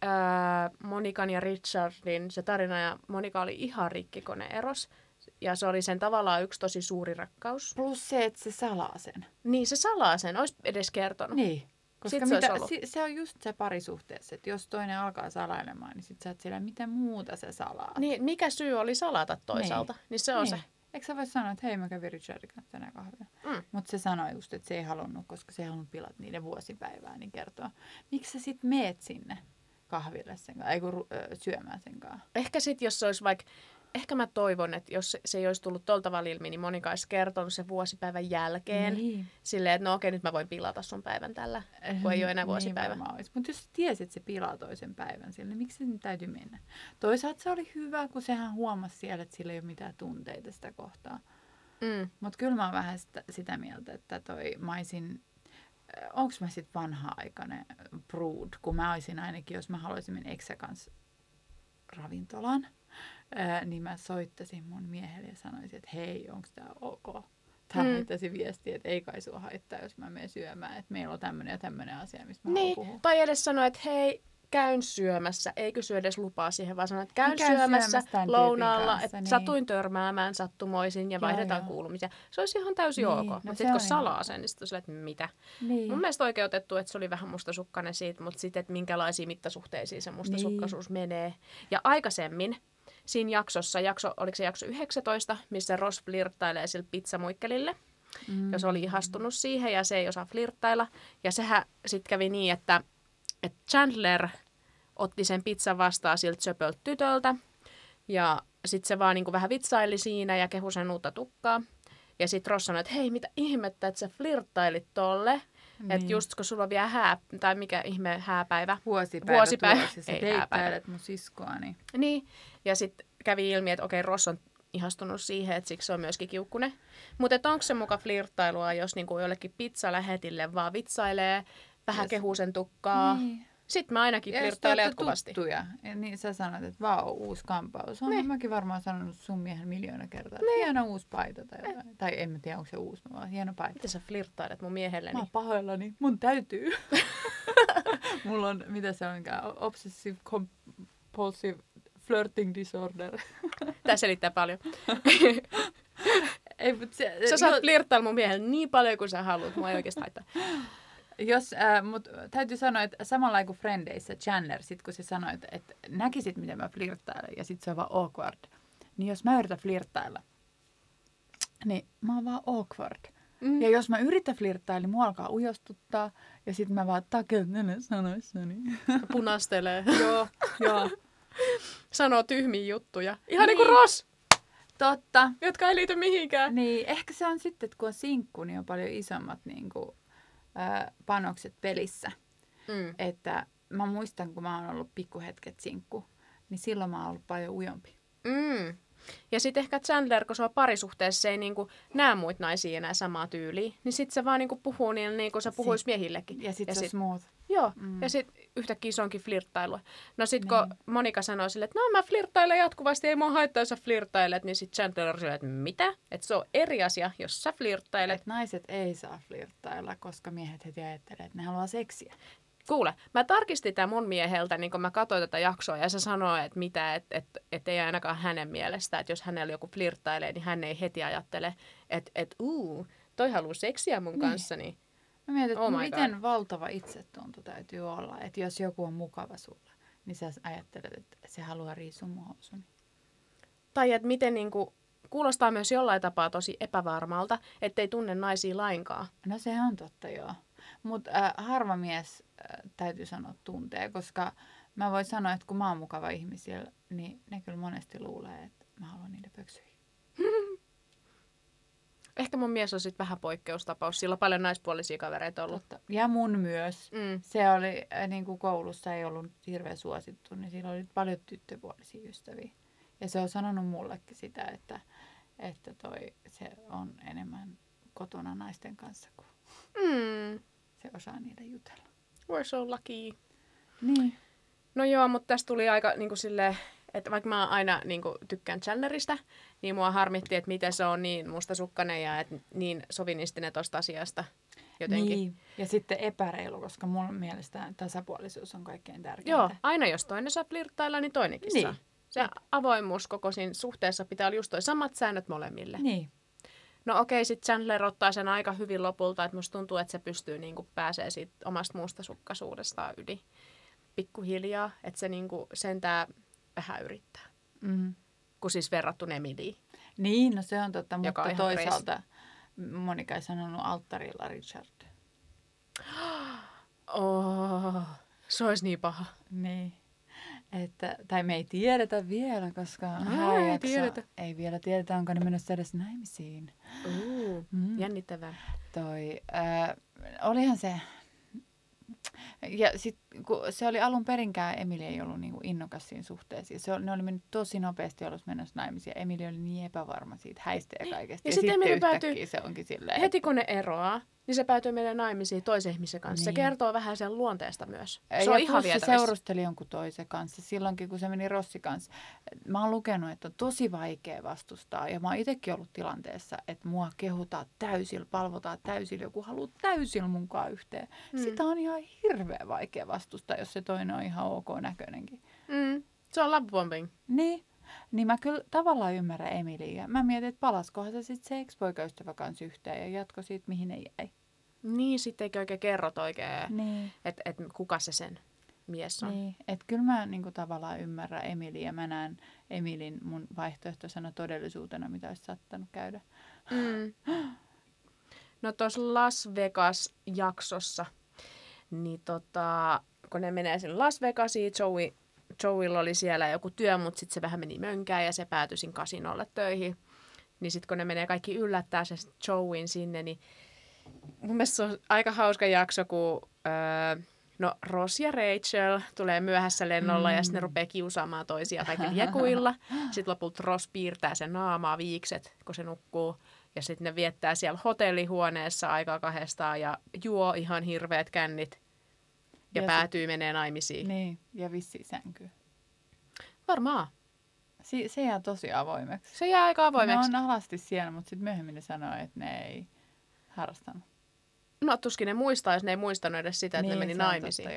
äh, Monikan ja Richardin se tarina ja Monika oli ihan rikkikone-eros. Ja se oli sen tavallaan yksi tosi suuri rakkaus. Plus se, että se salaa sen. Niin, se salaa sen. Olisi edes kertonut. Niin. Koska mitä, se, se on just se parisuhteessa, että jos toinen alkaa salailemaan, niin sit sä oot siellä, mitä muuta se salaa. Niin, mikä syy oli salata toisaalta? Niin, niin se on niin. se. Eikö sä voi sanoa, että hei, mä kävin Richardin kanssa tänään kahvilla. Mm. Mutta se sanoi just, että se ei halunnut, koska se ei halunnut pilata niiden vuosipäivää, niin kertoo. Miksi sä sit meet sinne kahville sen kanssa, ei kun syömään sen kanssa? Ehkä sit, jos se olisi vaikka... Ehkä mä toivon, että jos se ei olisi tullut tuolla tavalla ilmi, niin Monika olisi kertonut sen vuosipäivän jälkeen. Niin. Silleen, että no okei, nyt mä voin pilata sun päivän tällä, kun ei ole enää vuosipäivä. Niin mutta jos sä tiesit, että se pilaa toisen päivän sille, niin miksi se täytyy mennä? Toisaalta se oli hyvä, kun sehän huomasi siellä, että sillä ei ole mitään tunteita sitä kohtaa. Mm. Mutta kyllä mä oon vähän sitä, sitä mieltä, että toi mä olisin... Onko mä sitten vanha-aikainen brood, kun mä olisin ainakin, jos mä haluaisin mennä eksä kanssa ravintolaan. Ää, niin mä soittasin mun miehelle ja sanoisin, että hei, onko tää ok? Tai mm. laittaisin viestiä, että ei kai sua haittaa, jos mä menen syömään, että meillä on tämmönen ja tämmönen asia, mistä mä niin. haluan puhua. Tai edes sanoa, että hei, käyn syömässä. Ei kysy edes lupaa siihen, vaan sanoa, että käyn, käyn syömässä lounaalla, että niin. satuin törmäämään sattumoisin ja vaihdetaan joo, kuulumisia. Se olisi ihan täysin niin. ok. No, mutta sitten kun salaa sen, niin sitten on sille, että mitä? Niin. Mun mielestä oikeutettu, että se oli vähän mustasukkainen siitä, mutta sitten, että minkälaisiin mittasuhteisiin se mustasukkaisuus niin. menee. Ja aikaisemmin, siinä jaksossa, jakso, oliko se jakso yhdeksäntoista, missä Ross flirttailee sille pizzamuikkelille. Mm. Ja se oli ihastunut siihen ja se ei osaa flirttailla. Ja sehän sitten kävi niin, että, että Chandler otti sen pizzan vastaan siltä söpöltä tytöltä. Ja sitten se vaan niinku vähän vitsaili siinä ja kehui sen uutta tukkaa. Ja sitten Ross sanoi, että hei, mitä ihmettä, että sä flirttailit tolle. Niin. Että just kun sulla on vielä hää, tai mikä ihme hääpäivä. Vuosipäivä. Vuosipäivä. Tulossa, sä deittailet mun siskoani. Niin. Ja sitten kävi ilmi, että okei, Ross on ihastunut siihen, että siksi se on myöskin kiukkunen. Mutta onko se muka flirttailua, jos niinku jollekin pizzalähetille vaan vitsailee, vähän yes. kehuu sen tukkaa. Niin. Sitten mä ainakin flirttailen jatkuvasti. Tuttuja. Ja niin sä sanoit, että vau, uusi kampaus. Olen niin. mäkin varmaan sanonut sun miehen miljoona kertaa. Niin. Hieno uusi paita tai jotain. Niin. Tai en mä tiedä, onko se uusi, vaan hieno paita. Miten sä flirttailet mun miehelleni? Mä oon pahoillani. Mun täytyy. Mulla on, mitä se onkaan, obsessive compulsive flirting disorder. Tää selittää paljon. Ei, mutta se, sä saat jo... flirttailla mun miehelle niin paljon kuin sä haluat. Mua ei oikeastaan haittaa. Jos, äh, mut täytyy sanoa, että samalla kuin Frendeissä Chandler, sit kun se sanoi, että, että näkisit, miten mä flirttailen, ja sit se on vaan awkward. Niin jos mä yritän flirttailla, niin mä oon vaan awkward. Mm. Ja jos mä yritän flirttailla, niin mua alkaa ujostuttaa. Ja sit mä vaan takentelen sanoissani. Punastelee. Joo, joo. Sanoo tyhmiä juttuja. Ihan niin, niin kuin Ross. Totta. Jotka ei liity mihinkään. Niin, ehkä se on sitten, että kun on sinkku, niin on paljon isommat niin kuin, äh, panokset pelissä. Mm. Että mä muistan, kun mä oon ollut pikkuhetket sinkku, niin silloin mä oon ollut paljon ujompi. Mm. Ja sitten ehkä Chandler, kun se on parisuhteessa, se ei niinku näe muita naisia enää samaa tyyliä, niin sitten se vaan niinku puhuu niin, niin kuin se puhuisi miehillekin. Ja sitten se on smooth. Joo, mm. ja sitten yhtäkkiä se onkin flirttailua. No sitten niin. kun Monika sanoo sille, että no mä flirttailen jatkuvasti, ei mua haittaa, jos sä flirttailet, niin sitten Chandler on sille, että mitä? Että se on eri asia, jos sä flirttailet. Että naiset ei saa flirttailla, koska miehet heti ajattelee, että ne haluaa seksiä. Kuule, mä tarkistin tämän mun mieheltä, niin kun mä katsoin tätä jaksoa, ja se sanoi, että mitä, että et, et ei ainakaan hänen mielestä, että jos hänellä joku flirttailee, niin hän ei heti ajattele, että et, uu, toi haluaa seksiä mun niin. kanssa, niin mä mietin, että oh miten God. valtava itsetunto täytyy olla, että jos joku on mukava sulla, niin sä ajattelet, että se haluaa riisua mun housuni. Tai että miten niinku, kuulostaa myös jollain tapaa tosi epävarmalta, ettei tunne naisia lainkaan. No se on totta, joo. Mutta äh, harva mies äh, täytyy sanoa tuntee, koska mä voin sanoa, että kun mä oon mukava ihmisillä, niin ne kyllä monesti luulee, että mä haluan niitä pöksyihin. Ehkä mun mies on sitten vähän poikkeustapaus. Sillä on paljon naispuolisia kavereita ollut. Totta. Ja mun myös. Mm. Se oli, äh, niin kuin koulussa ei ollut hirveän suosittu, niin sillä oli paljon tyttöpuolisia ystäviä. Ja se on sanonut mullekin sitä, että, että toi, se on enemmän kotona naisten kanssa kuin mm. se osaa niitä jutella. We're so lucky. Niin. No joo, mutta tästä tuli aika niin kuin silleen, että vaikka mä aina niin kuin, tykkään Chandlerista, niin mua harmitti, että miten se on niin mustasukkainen ja että niin sovinistinen tosta asiasta jotenkin. Niin, ja sitten epäreilu, koska mun mielestä tasapuolisuus on kaikkein tärkeintä. Joo, aina jos toinen saa flirttailla, niin toinenkin niin. saa. Se Jep. avoimuus koko siinä suhteessa pitää olla just toi samat säännöt molemmille. Niin. No okei, sitten Chandler ottaa sen aika hyvin lopulta, että musta tuntuu, että se pystyy niinku pääsee siitä omasta mustasukkaisuudestaan yli pikkuhiljaa, että se niinku sentään vähän yrittää. Mm. Kun siis verrattuna Emiliin. Niin, no se on totta, mutta on toisaalta Monika ei sanonut alttarilla Richard. Oh, se olisi niin paha. Niin. Että, tai me ei tiedetä vielä, koska no, ei, tiedetä. ei vielä tiedetä, onko ne menossa edes naimisiin. Uh, mm. Jännittävää. Toi, äh, olihan se, ja sit, kun se oli alun perinkään, Emili ei ollut niinku innokas siinä suhteessa. Se oli, ne oli mennyt tosi nopeasti ollut menossa naimisiin. Emili oli niin epävarma siitä häistä ja kaikesta. Ja, ja sitten sit yhtäkkiä päätyy, se onkin silleen. Heti kun ne eroaa, niin se päätyy meidän naimisiin toisen ihmisen kanssa. Niin. Se kertoo vähän sen luonteesta myös. Se ja on ihan se seurusteli jonkun toisen kanssa silloinkin, kun se meni Rossi kanssa. Mä oon lukenut, että on tosi vaikea vastustaa. Ja mä oon itsekin ollut tilanteessa, että mua kehutaan täysillä, palvotaan täysillä. Joku haluaa täysillä munkaan yhteen. Hmm. Sitä on ihan hirveän vaikea vastustaa, jos se toinen on ihan ok näköinenkin. Hmm. Se on love bombing. Niin. Niin mä kyllä tavallaan ymmärrän Emiliä. Mä mietin, että palaskohan se sitten se ex-poikaystävä kanssa yhteen ja jatko siitä, mihin ne jäi. Niin, sitten eikä oikein kerrot oikein, niin. että et kuka se sen mies on. Niin, että kyllä mä niinku tavallaan ymmärrän Emiliä. Mä näen Emilin mun vaihtoehtoisena todellisuutena, mitä olisi saattanut käydä. Mm. No tuossa Las Vegas-jaksossa, niin tota, kun ne menee sinne Las Vegasiin, Joey... Joeylla oli siellä joku työ, mutta sitten se vähän meni mönkään ja se päätyi sinne kasinolle töihin. Niin sitten kun ne menee kaikki yllättää se Joeyn sinne, niin mun mielestä se on aika hauska jakso, kun öö, no Ross ja Rachel tulee myöhässä lennolla mm. ja sitten ne rupeaa kiusaamaan toisia kaikki liekuilla. Sitten lopulta Ross piirtää sen naamaa viikset, kun se nukkuu. Ja sitten ne viettää siellä hotellihuoneessa aikaa kahdestaan ja juo ihan hirveät kännit. Ja, ja päätyy sit, menee naimisiin. Niin, ja vissiin sänkyy. Varmaan. Si- se jää tosi avoimeksi. Se jää aika avoimeksi. Ne on alasti siellä, mutta sitten myöhemmin ne sanoo, että ne ei harrastanut. No tuskin ne muistaa, jos ne ei muistanut edes sitä, että niin, ne meni naimisiin.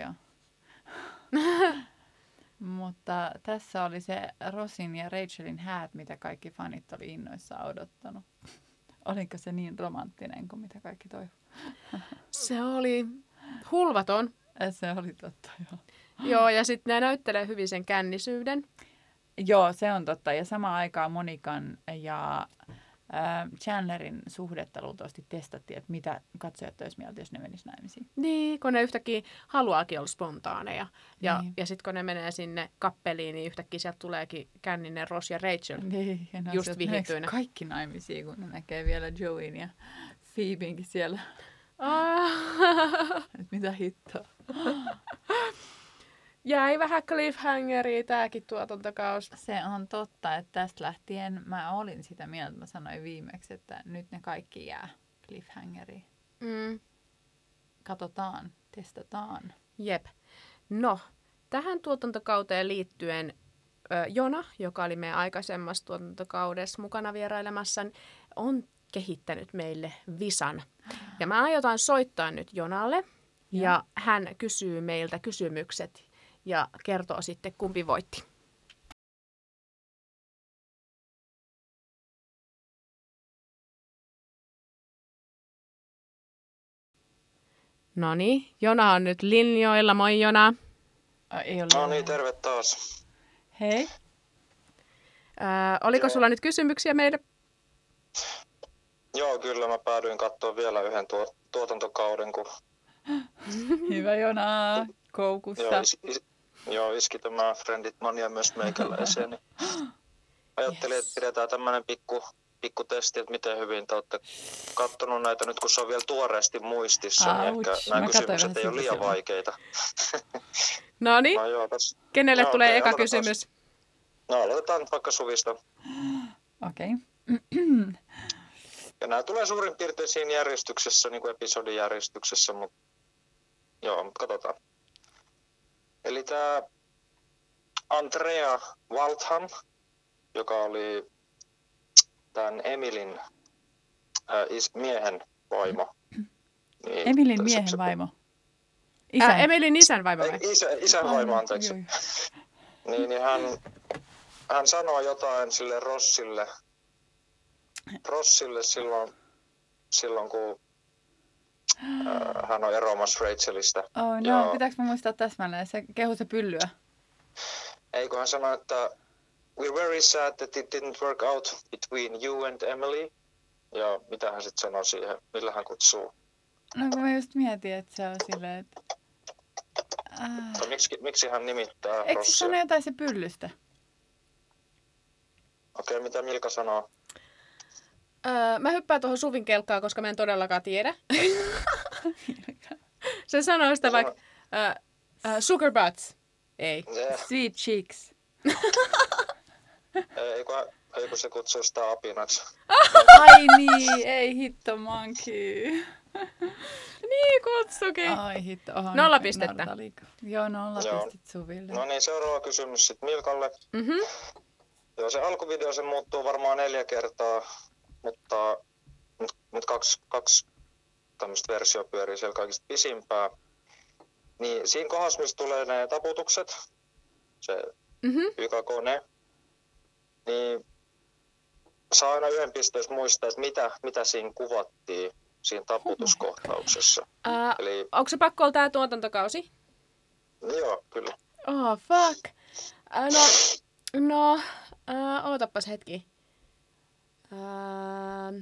Totta, mutta tässä oli se Rossin ja Rachelin häät, mitä kaikki fanit oli innoissaan odottanut. Oliko se niin romanttinen kuin mitä kaikki toivovat? Se oli hulvaton. Se oli totta, joo. Joo, ja sitten ne näyttelee hyvin sen kännisyyden. Joo, se on totta. Ja samaan aikaan Monikan ja Chandlerin suhdetta luultavasti testattiin, että mitä katsojat olisi mieltä, jos ne menis naimisiin. Niin, kun ne yhtäkkiä haluaakin olla spontaaneja. Ja, niin. ja sitten kun ne menee sinne kappeliin, niin yhtäkkiä sieltä tuleekin känninen Ross ja Rachel niin, ja just vihittyinä. Kaikki naimisiin, kun ne näkee vielä Joeyn ja Phoebinkin siellä. Mitä hittoa. Jäi vähän cliffhangeria tämäkin tuotantokausi. Se on totta, että tästä lähtien mä olin sitä mieltä, mä sanoin viimeksi, että nyt ne kaikki jää cliffhangeriin. Mm. Katsotaan, testataan. Jep. No, tähän tuotantokauteen liittyen ö, Jona, joka oli meidän aikaisemmassa tuotantokaudessa mukana vierailemassa, on kehittänyt meille visan. Ja mä aiotaan soittaa nyt Jonalle ja, ja hän kysyy meiltä kysymykset ja kertoo sitten, kumpi voitti. Noniin, Jona on nyt linjoilla. Moi Jona. Ä, ei ole no niin, terve taas. Hei. Ää, oliko Joo. sulla nyt kysymyksiä meille? Joo, kyllä mä päädyin katsoa vielä yhden tuo, tuotantokauden, kun... Hyvä Jona, koukussa. Joo, is, is, joo iski tämä Friendit Mania myös meikäläiseen. Niin ajattelin, yes. että pidetään tämmöinen pikku, pikku testi, että miten hyvin te olette kattonut näitä nyt, kun se on vielä tuoreesti muistissa, Ouch. niin ehkä nämä mä kysymykset ei ole liian silloin. vaikeita. Noniin, no joo, kenelle no, tulee okay, eka aloitetaan. kysymys? No aloitetaan vaikka Suvista. Okei. Okay. Ja nämä tulee suurin piirtein siinä järjestyksessä, niin kuin episodijärjestyksessä, mutta joo, mutta katsotaan. Eli tämä Andrea Waltham, joka oli tämän Emilin ää, is, miehen vaimo. Niin, Emilin miehen se, vaimo? Isän. Ää, Emilin isän vaimo vai? Isä, isän vaimo, anteeksi. niin, niin hän, hän sanoi jotain sille Rossille, Rossille silloin, silloin kun ää, hän on eroamassa Rachelista. Oh no, ja, pitääkö mä muistaa täsmälleen? Se kehu se pyllyä. Ei, kun hän sanoi, että we're very sad that it didn't work out between you and Emily. Ja mitä hän sitten sanoi siihen? Millä hän kutsuu? No kun mä just mietin, että se on silleen, että... Äh... Miksi, miksi hän nimittää Rossia? Eikö se sano jotain se pyllystä? Okei, okay, mitä Milka sanoo? Öö, mä hyppään tuohon Suvin kelkkaan, koska mä en todellakaan tiedä. Se sanoo sitä vaikka uh, uh, sugar butts. Ei. Yeah. Sweet cheeks. ei, kun, ei kun se kutsuu sitä apinaksi. Ai niin, ei hitto monkey. Niin kutsukin. Ai hitto. Oho, nolla pistettä. Joo, nolla Joo. pistet Suville. No niin, seuraava kysymys sitten Milkalle. Mhm. Joo, se alkuvideo se muuttuu varmaan neljä kertaa, mutta nyt, nyt kaksi, kaksi tämmöistä versiota pyörii siellä kaikista pisimpää. Niin siinä kohdassa, missä tulee ne taputukset, se mm-hmm. ykakone, niin saa aina yhden pisteen muistaa, että mitä, mitä siinä kuvattiin siinä taputuskohtauksessa. Uh, Eli... Onko se pakko olla tämä tuotantokausi? Joo, kyllä. Oh, fuck. Uh, no, no uh, ootapas hetki. Uh,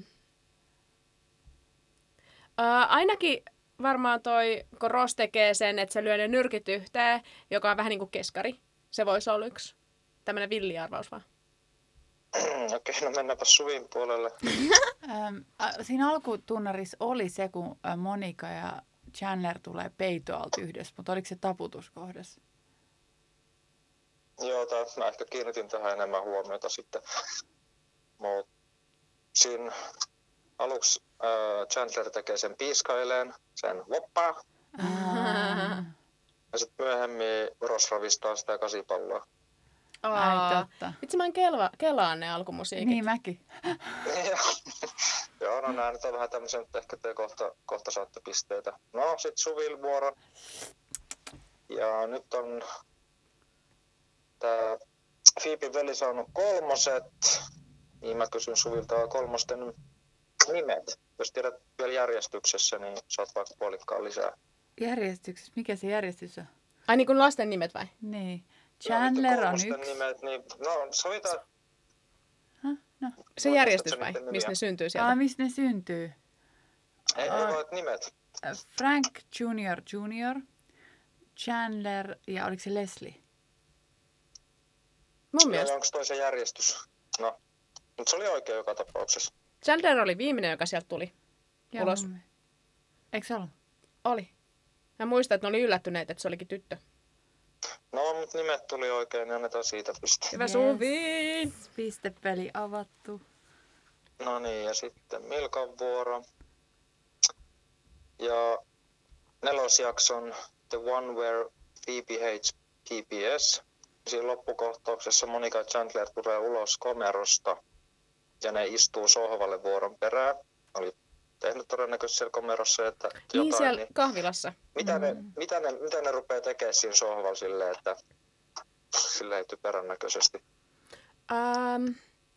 uh, ainakin varmaan toi, kun Ross tekee sen, että se lyö ne nyrkit yhteen, joka on vähän niin kuin keskari. Se voisi olla yksi. Tämmöinen villiarvaus vaan. Okei, okay, no mennäänpä Suvin puolelle. Siinä alkutunnarissa oli se, kun Monika ja Chandler tulee peitoalta yhdessä, mutta oliko se taputuskohdassa? Joo, tai mä ehkä kiinnitin tähän enemmän huomiota sitten. Mut siinä aluksi äh, Chandler tekee sen piiskaileen, sen voppaa. Ah. Ja sitten myöhemmin Ross ravistaa sitä kasipalloa. Ai totta. Itse mä en kelva, kelaan ne alkumusiikit. Niin mäkin. Joo, no nää nyt on vähän tämmöisen, että ehkä te kohta, kohta saatte pisteitä. No, sit Suvil vuoro. Ja nyt on tää Phoeben veli saanut kolmoset. Niin mä kysyn Suvilta kolmosten nimet. Jos tiedät vielä järjestyksessä, niin saat vaikka puolikkaan lisää. Järjestyksessä? Mikä se järjestys on? Ai niin kuin lasten nimet vai? Niin. Chandler on yksi. Nimet, niin, no soita. No. Se järjestys vai? Missä ne syntyy sieltä? Ah, missä ne syntyy? Ei, ei vaan nimet. Frank Junior Junior, Chandler ja oliko se Leslie? Mun mielestä. Ja onko toi se järjestys? No, mutta se oli oikein joka tapauksessa. Chandler oli viimeinen, joka sieltä tuli Ja ulos. mun... Eikö se ollut? Oli. Mä muistan, että ne oli yllättyneet, että se olikin tyttö. No, mutta nimet tuli oikein, niin annetaan siitä piste. Hyvä Suvi! Pistepeli avattu. No niin, ja sitten Milkan vuoro. Ja nelosjakson The One Where Phoebe Hates P B S. Siinä loppukohtauksessa Monica ja Chandler tulee ulos komerosta ja ne istuu sohvalle vuoron perään. Oli tehnyt todennäköisesti siellä komerossa, että Niin jotain, siellä niin kahvilassa. mitä, ne, mitä, ne, mitä ne rupeaa tekemään siinä sohvalla silleen, että silleen typerän näköisesti? Um,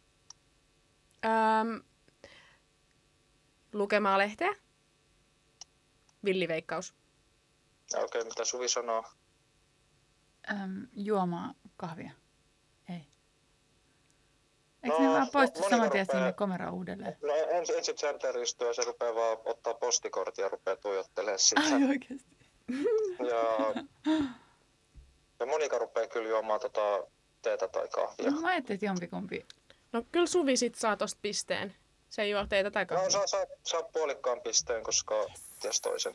um, lukemaa lehteä. Villiveikkaus. Okei, okay, mitä Suvi sanoo? Äm, juomaa kahvia. Ei. Eikö No, ne vaan poistu Monika saman tien rupeaa- sinne komeroon uudelleen? No ensin, ensin Chandler istuu ja se rupeaa vaan ottaa postikortin ja rupeaa tuijottelemaan sitä. Ai oikeesti? Ja, ja Monika rupeaa kyllä juomaan tota teetä tai kahvia. No, mä ajattelin, että jompikumpi. No kyllä Suvi sit saa tosta pisteen. Se ei juo teitä tai No kahvia. saa, saa, saa puolikkaan pisteen, koska ties toisen.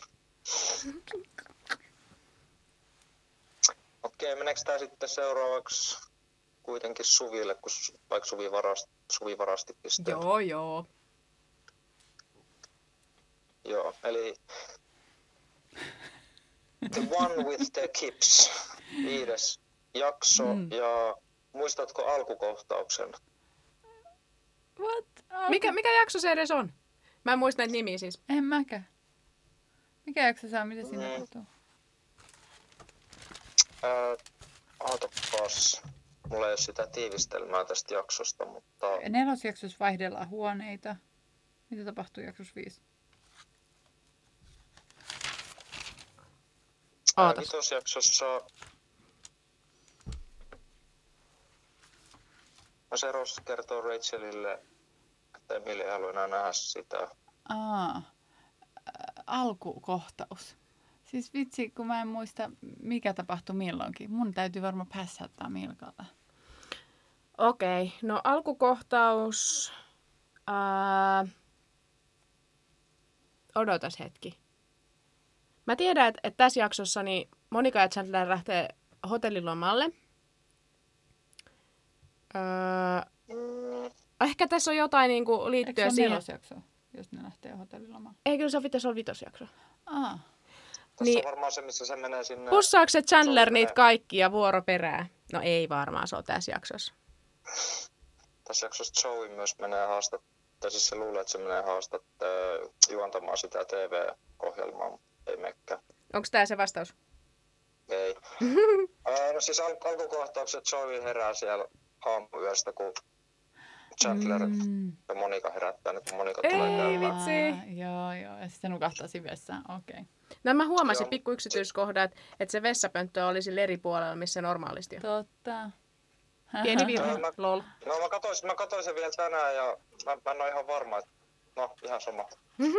Okei, meneekö tää sitten seuraavaksi kuitenkin Suville, kun Su- vaikka Suvi varasti, Suvi varasti pisteen? Joo, joo. Joo, eli The One with the Kips, viides jakso. Mm. Ja muistatko alkukohtauksen? What? Mikä, mikä jakso se edes on? Mä en muista näitä nimiä siis. En mäkään. Mikä jakso saa, mitä siinä Mm. tapahtuu? Ää, Aatopas. Mulla ei ole sitä tiivistelmää tästä jaksosta, mutta Nelosjaksossa vaihdellaan huoneita. Mitä tapahtuu jaksossa viisi? ää, Ootas. vitosjaksossa no se Ross kertoo Rachelille, että Emily ei halua enää nähdä sitä. Aa, ä, alkukohtaus. Siis vitsi, kun mä en muista, mikä tapahtui milloinkin. Mun täytyy varmaan pässäyttää Milkalla. Okei, no alkukohtaus. Ää... Odotas hetki. Mä tiedän, että, että tässä jaksossa niin Monika ja Chandler lähtee hotellilomalle. Öö, Mm, ehkä tässä on jotain niin kuin Eikö se liittyen ole siihen. nelosjakso, jos ne lähtee hotellilomaan? Ei, kyllä se on, se on vitosjakso. Aa, tässä Niin. on varmaan se, missä se menee sinne. Pussaako se Chandler Se on niitä menee- kaikkia vuoroperää? No ei varmaan, se on tässä jaksossa. Tässä jaksossa Joey myös menee haastat, tai siis se luulee, että se menee haastat äh, juontamaan sitä T V-ohjelmaa, mutta ei menekään. Onko tämä se vastaus? Ei. Ää, no siis al- alkukohtaukset Joey herää siellä aamuyöstä, kun Chandler Mm. ja Monika herättää, nyt kun Monika Ei, tulee vitsi. käymään. Aa, joo, joo. Ja sitten nukahtaa siinä vessaan. Okei. Okay. No mä huomasin Joo. pikku yksityiskohdat, että se vessapönttö oli sillä eri puolella, missä se normaalisti on. Totta. Pieni virhe, Joo, mä- lol. No mä katsoin, mä katsoin sen vielä tänään ja mä, mä en ole ihan varma, että no ihan sama.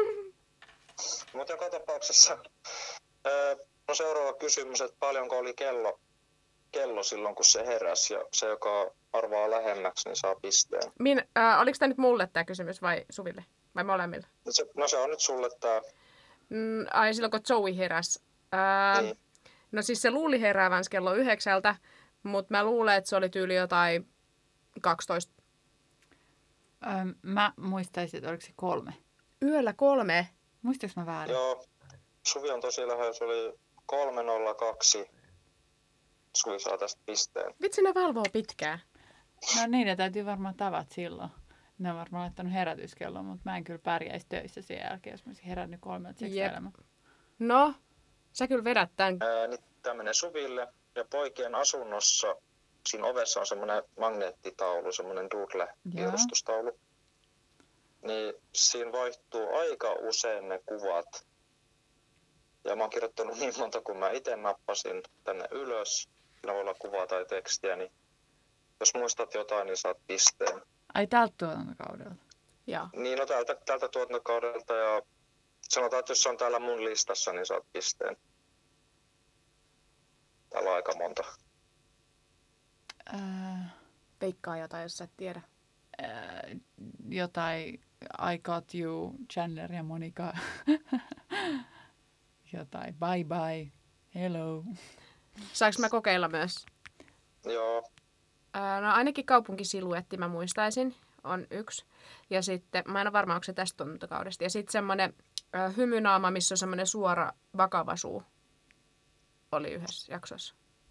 Mutta joka tapauksessa, ää, no seuraava kysymys, että paljonko oli kello, kello silloin kun se heräsi ja se joka arvaa lähemmäksi, niin saa pisteen. Min, äh, oliko tämä nyt mulle tämä kysymys vai Suville? Vai molemmille? No se, no se on nyt sulle tää. Mm, ai silloin kun Joey heräsi. Äh, Niin. No siis se luuli heräävänsä kello yhdeksältä, mutta mä luulen, että se oli tyyli jotain kaksitoista. Öm, mä muistaisin, että oliko se kolme. Yöllä kolme. Muistaaks mä väärin? Joo, Suvi on tosi lähellä, se oli kolme nolla kaksi. Suvi saa tästä pisteen. Vitsi, ne valvoo pitkään. No niin, ne täytyy varmaan tavat silloin. Ne on varmaan laittanut herätyskelloa, mutta mä en kyllä pärjäisi töissä sen jälkeen, jos mä olisin herännyt kolmelta seksailemaan. No, sä kyllä vedät tämän. Ää, nyt tämä menee Suville. Ja poikien asunnossa, siinä ovessa on semmoinen magneettitaulu, semmoinen doodle-piirustustaulu. Niin siinä vaihtuu aika usein ne kuvat. Ja mä oon kirjoittanut niin monta, kun mä itse nappasin tänne ylös. Siinä voi olla kuvaa tai tekstiä, niin jos muistat jotain, niin saat pisteen. Ai tältä tuotantokaudelta? Joo. Niin, no tältä, tältä tuotantokaudelta ja sanotaan, että jos se on täällä mun listassa, niin saat pisteen. Täällä on aika monta. Äh, Veikkaa jotain, jos sä et tiedä. äh, jotain I Got You, Chandler ja Monica. Jotain bye bye, hello. Saanko mä kokeilla myös? Joo. Ää, no ainakin kaupunkisiluetti mä muistaisin, on yksi. Ja sitten, mä en ole varma, onko se tästä tuotantokaudesta. Ja sitten semmoinen äh, hymynaama, missä on semmoinen suora vakava suu, oli yhdessä jaksossa.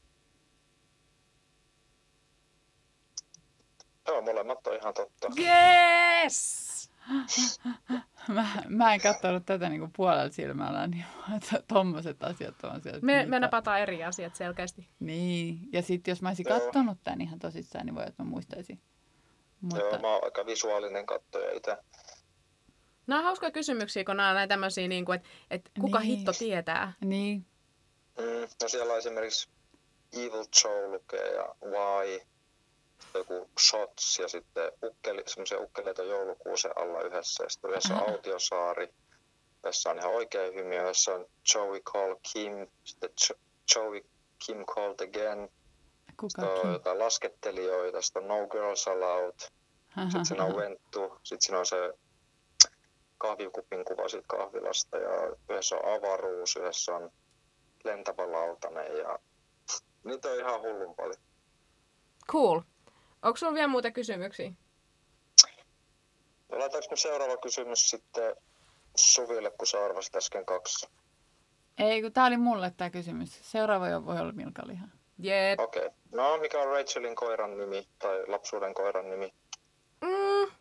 Joo, molemmat on ihan totta. Yes! Mä, mä en katsonut tätä niinku puolella silmällä, niin to, tommoset asiat on sieltä. Me, me napataan eri asiat selkeästi. Niin, ja sitten jos mä olisin Joo. katsonut tän ihan tosissaan, niin voi, että mä muistaisin. Mutta, Joo, mä oon aika visuaalinen katsoja itse. Nämä on hauskoja kysymyksiä, kun nämä on näitä tämmöisiä, niin kuin, että, että kuka Niin. hitto tietää. Niin, Mm, no siellä on esimerkiksi Evil Joe lukee ja Why, joku Shots ja sitten ukkeli, semmoisia ukkeleita joulukuusen alla yhdessä. Ja sitten yhdessä on Autiosaari, jossa on ihan oikea hymy, jossa on Joey Call Kim, sitten jo- Joey Kim Called Again. kuka Sitten on Kim? jotain laskettelijoita, sitten on No Girls Allowed, sitten siinä on Venttu, sitten siinä on se kahvikupin kuva siitä kahvilasta ja yhdessä on avaruus, yhdessä on lentävä lautanen ja niitä on ihan hullun paljon. Cool. Onko sulla vielä muuta kysymyksiä? Laitaanko me seuraava kysymys sitten Suville, kun sä arvasit äsken kaksi? Ei, kun tää oli mulle tää kysymys. Seuraava jo voi olla Milka-liha. Jep. Okei. Okay. No, mikä on Rachelin koiran nimi tai lapsuuden koiran nimi? Mm. Uh,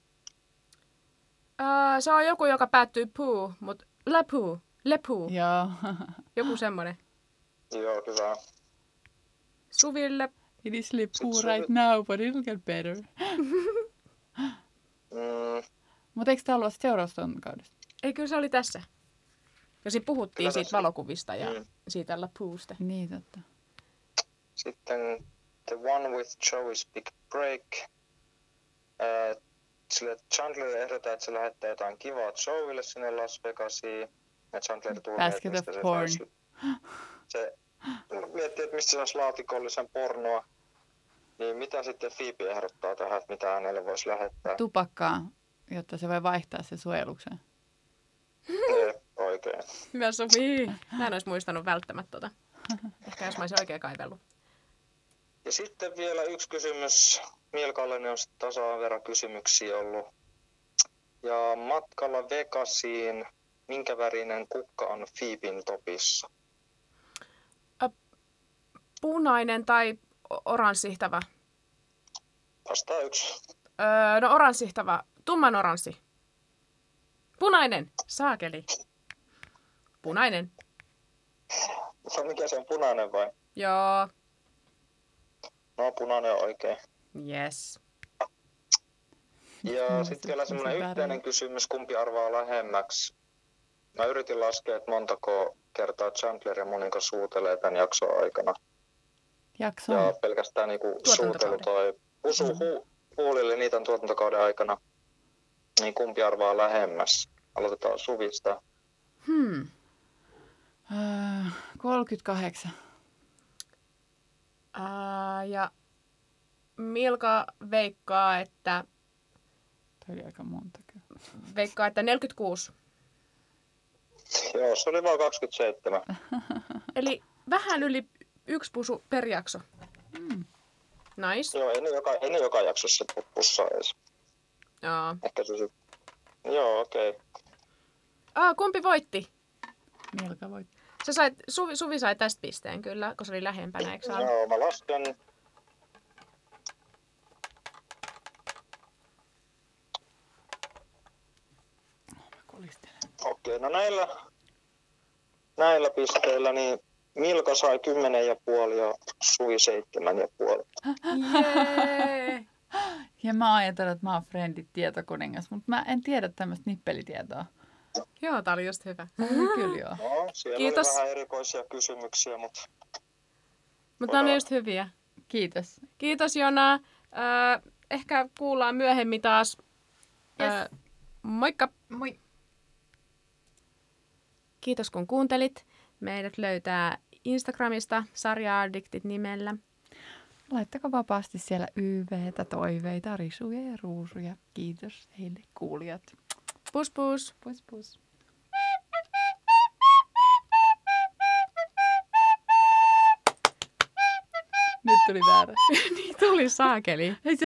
se on joku, joka päättyy puu, mutta lepuu, lepuu, Joo. joku semmoinen. Joo, hyvä. Suville. It is Lipu Sit right Suvi- now, but it'll get better. Mm, Mutta eikö tää ollut seuraavasta kaudesta? Ei, kyllä se oli tässä. Ja siinä puhuttiin Kyllä siitä tässä. valokuvista ja Mm. siitä lepuusta. Niin, totta. Sitten The One with Joey's Big Break. Äh, sille Chandler ehdottaa, että se lähettää jotain kivaa Joeylle sinne Las Vegasiin. Ja Chandler tulee, Basket että mistä of se porn. saisi- Se miettii, että mistä se saisi laatikollisen pornoa. Niin mitä sitten Phoebe ehdottaa tähän, että mitä hänelle voisi lähettää? Tupakkaa, jotta se voi vaihtaa se suojelukseen. Jep, oikein. Hyvä Suvi. Mä en olisi muistanut välttämättä tota. Ehkä jos mä olisin oikein kaivellut. Ja sitten vielä yksi kysymys. Milkalle ne on sitten tasaan verran kysymyksiä ollut. Ja matkalla Vegasiin, minkä värinen kukka on Phoeben topissa? Punainen tai o- oranssihtava? Vastaa yksi. Öö, no oranssihtava. Tumman oranssi. Punainen. Saakeli. Punainen. No mikä se on, punainen vai? Joo. No punainen on oikein. Yes. Ja Mielestäni sitten vielä se semmoinen väri. yhteinen kysymys, kumpi arvaa lähemmäksi. Mä yritin laskea, että montako kertaa Chandler ja Monica suutelee tämän jakson aikana. Jakso Ja on. pelkästään niinku Tuotantokauden. suutelu tai pusu hu- huulille niitä tuotantokauden aikana. Niin kumpi arvaa lähemmäs? Aloitetaan Suvista. Hmm. Öö, kolmekymmentäkahdeksan. Ää, ja Milka veikkaa, että Toi oli aika monta kyllä. veikkaa, että neljäkymmentäkuusi. Joo, se oli vaan kaksikymmentäseitsemän. Eli vähän yli yksi pusu per jakso. Mm. Nice. Joo, ei ne joka, ei ne joka jaksossa pussaa edes. Joo. Ehkä se sit... Joo, okei. Okay. Ah, kumpi voitti? Milka voit. Sä sait, Suvi, Suvi sai tästä pisteen kyllä, kun se oli lähempänä, eikö saa? Joo, mä lasken. Mä kolistelen. Okei, no näillä, näillä pisteillä niin Milka sai kymmenen ja puoli ja Suvi seitsemän ja puoli. Jee! Ja mä ajattelin, että mä oon Friendit tietokuningas, mutta mä en tiedä tämmöistä nippelitietoa. Joo, tää oli just hyvä. Oli kyllä joo. No, siellä Kiitos. oli vähän erikoisia kysymyksiä, mutta Mutta ne oli just hyviä. Kiitos. Kiitos Jona. Öö, ehkä kuullaan myöhemmin taas. Yes. Öö, moikka! Moi! Kiitos kun kuuntelit. Meidät löytää Instagramista Sarja Addictit nimellä. Laittakaa vapaasti siellä Y V:tä, toiveita, risuja ja ruusuja. Kiitos heille kuulijat. Pus pus! Pus pus! Nyt tuli väärä. Niin tuli saakeli.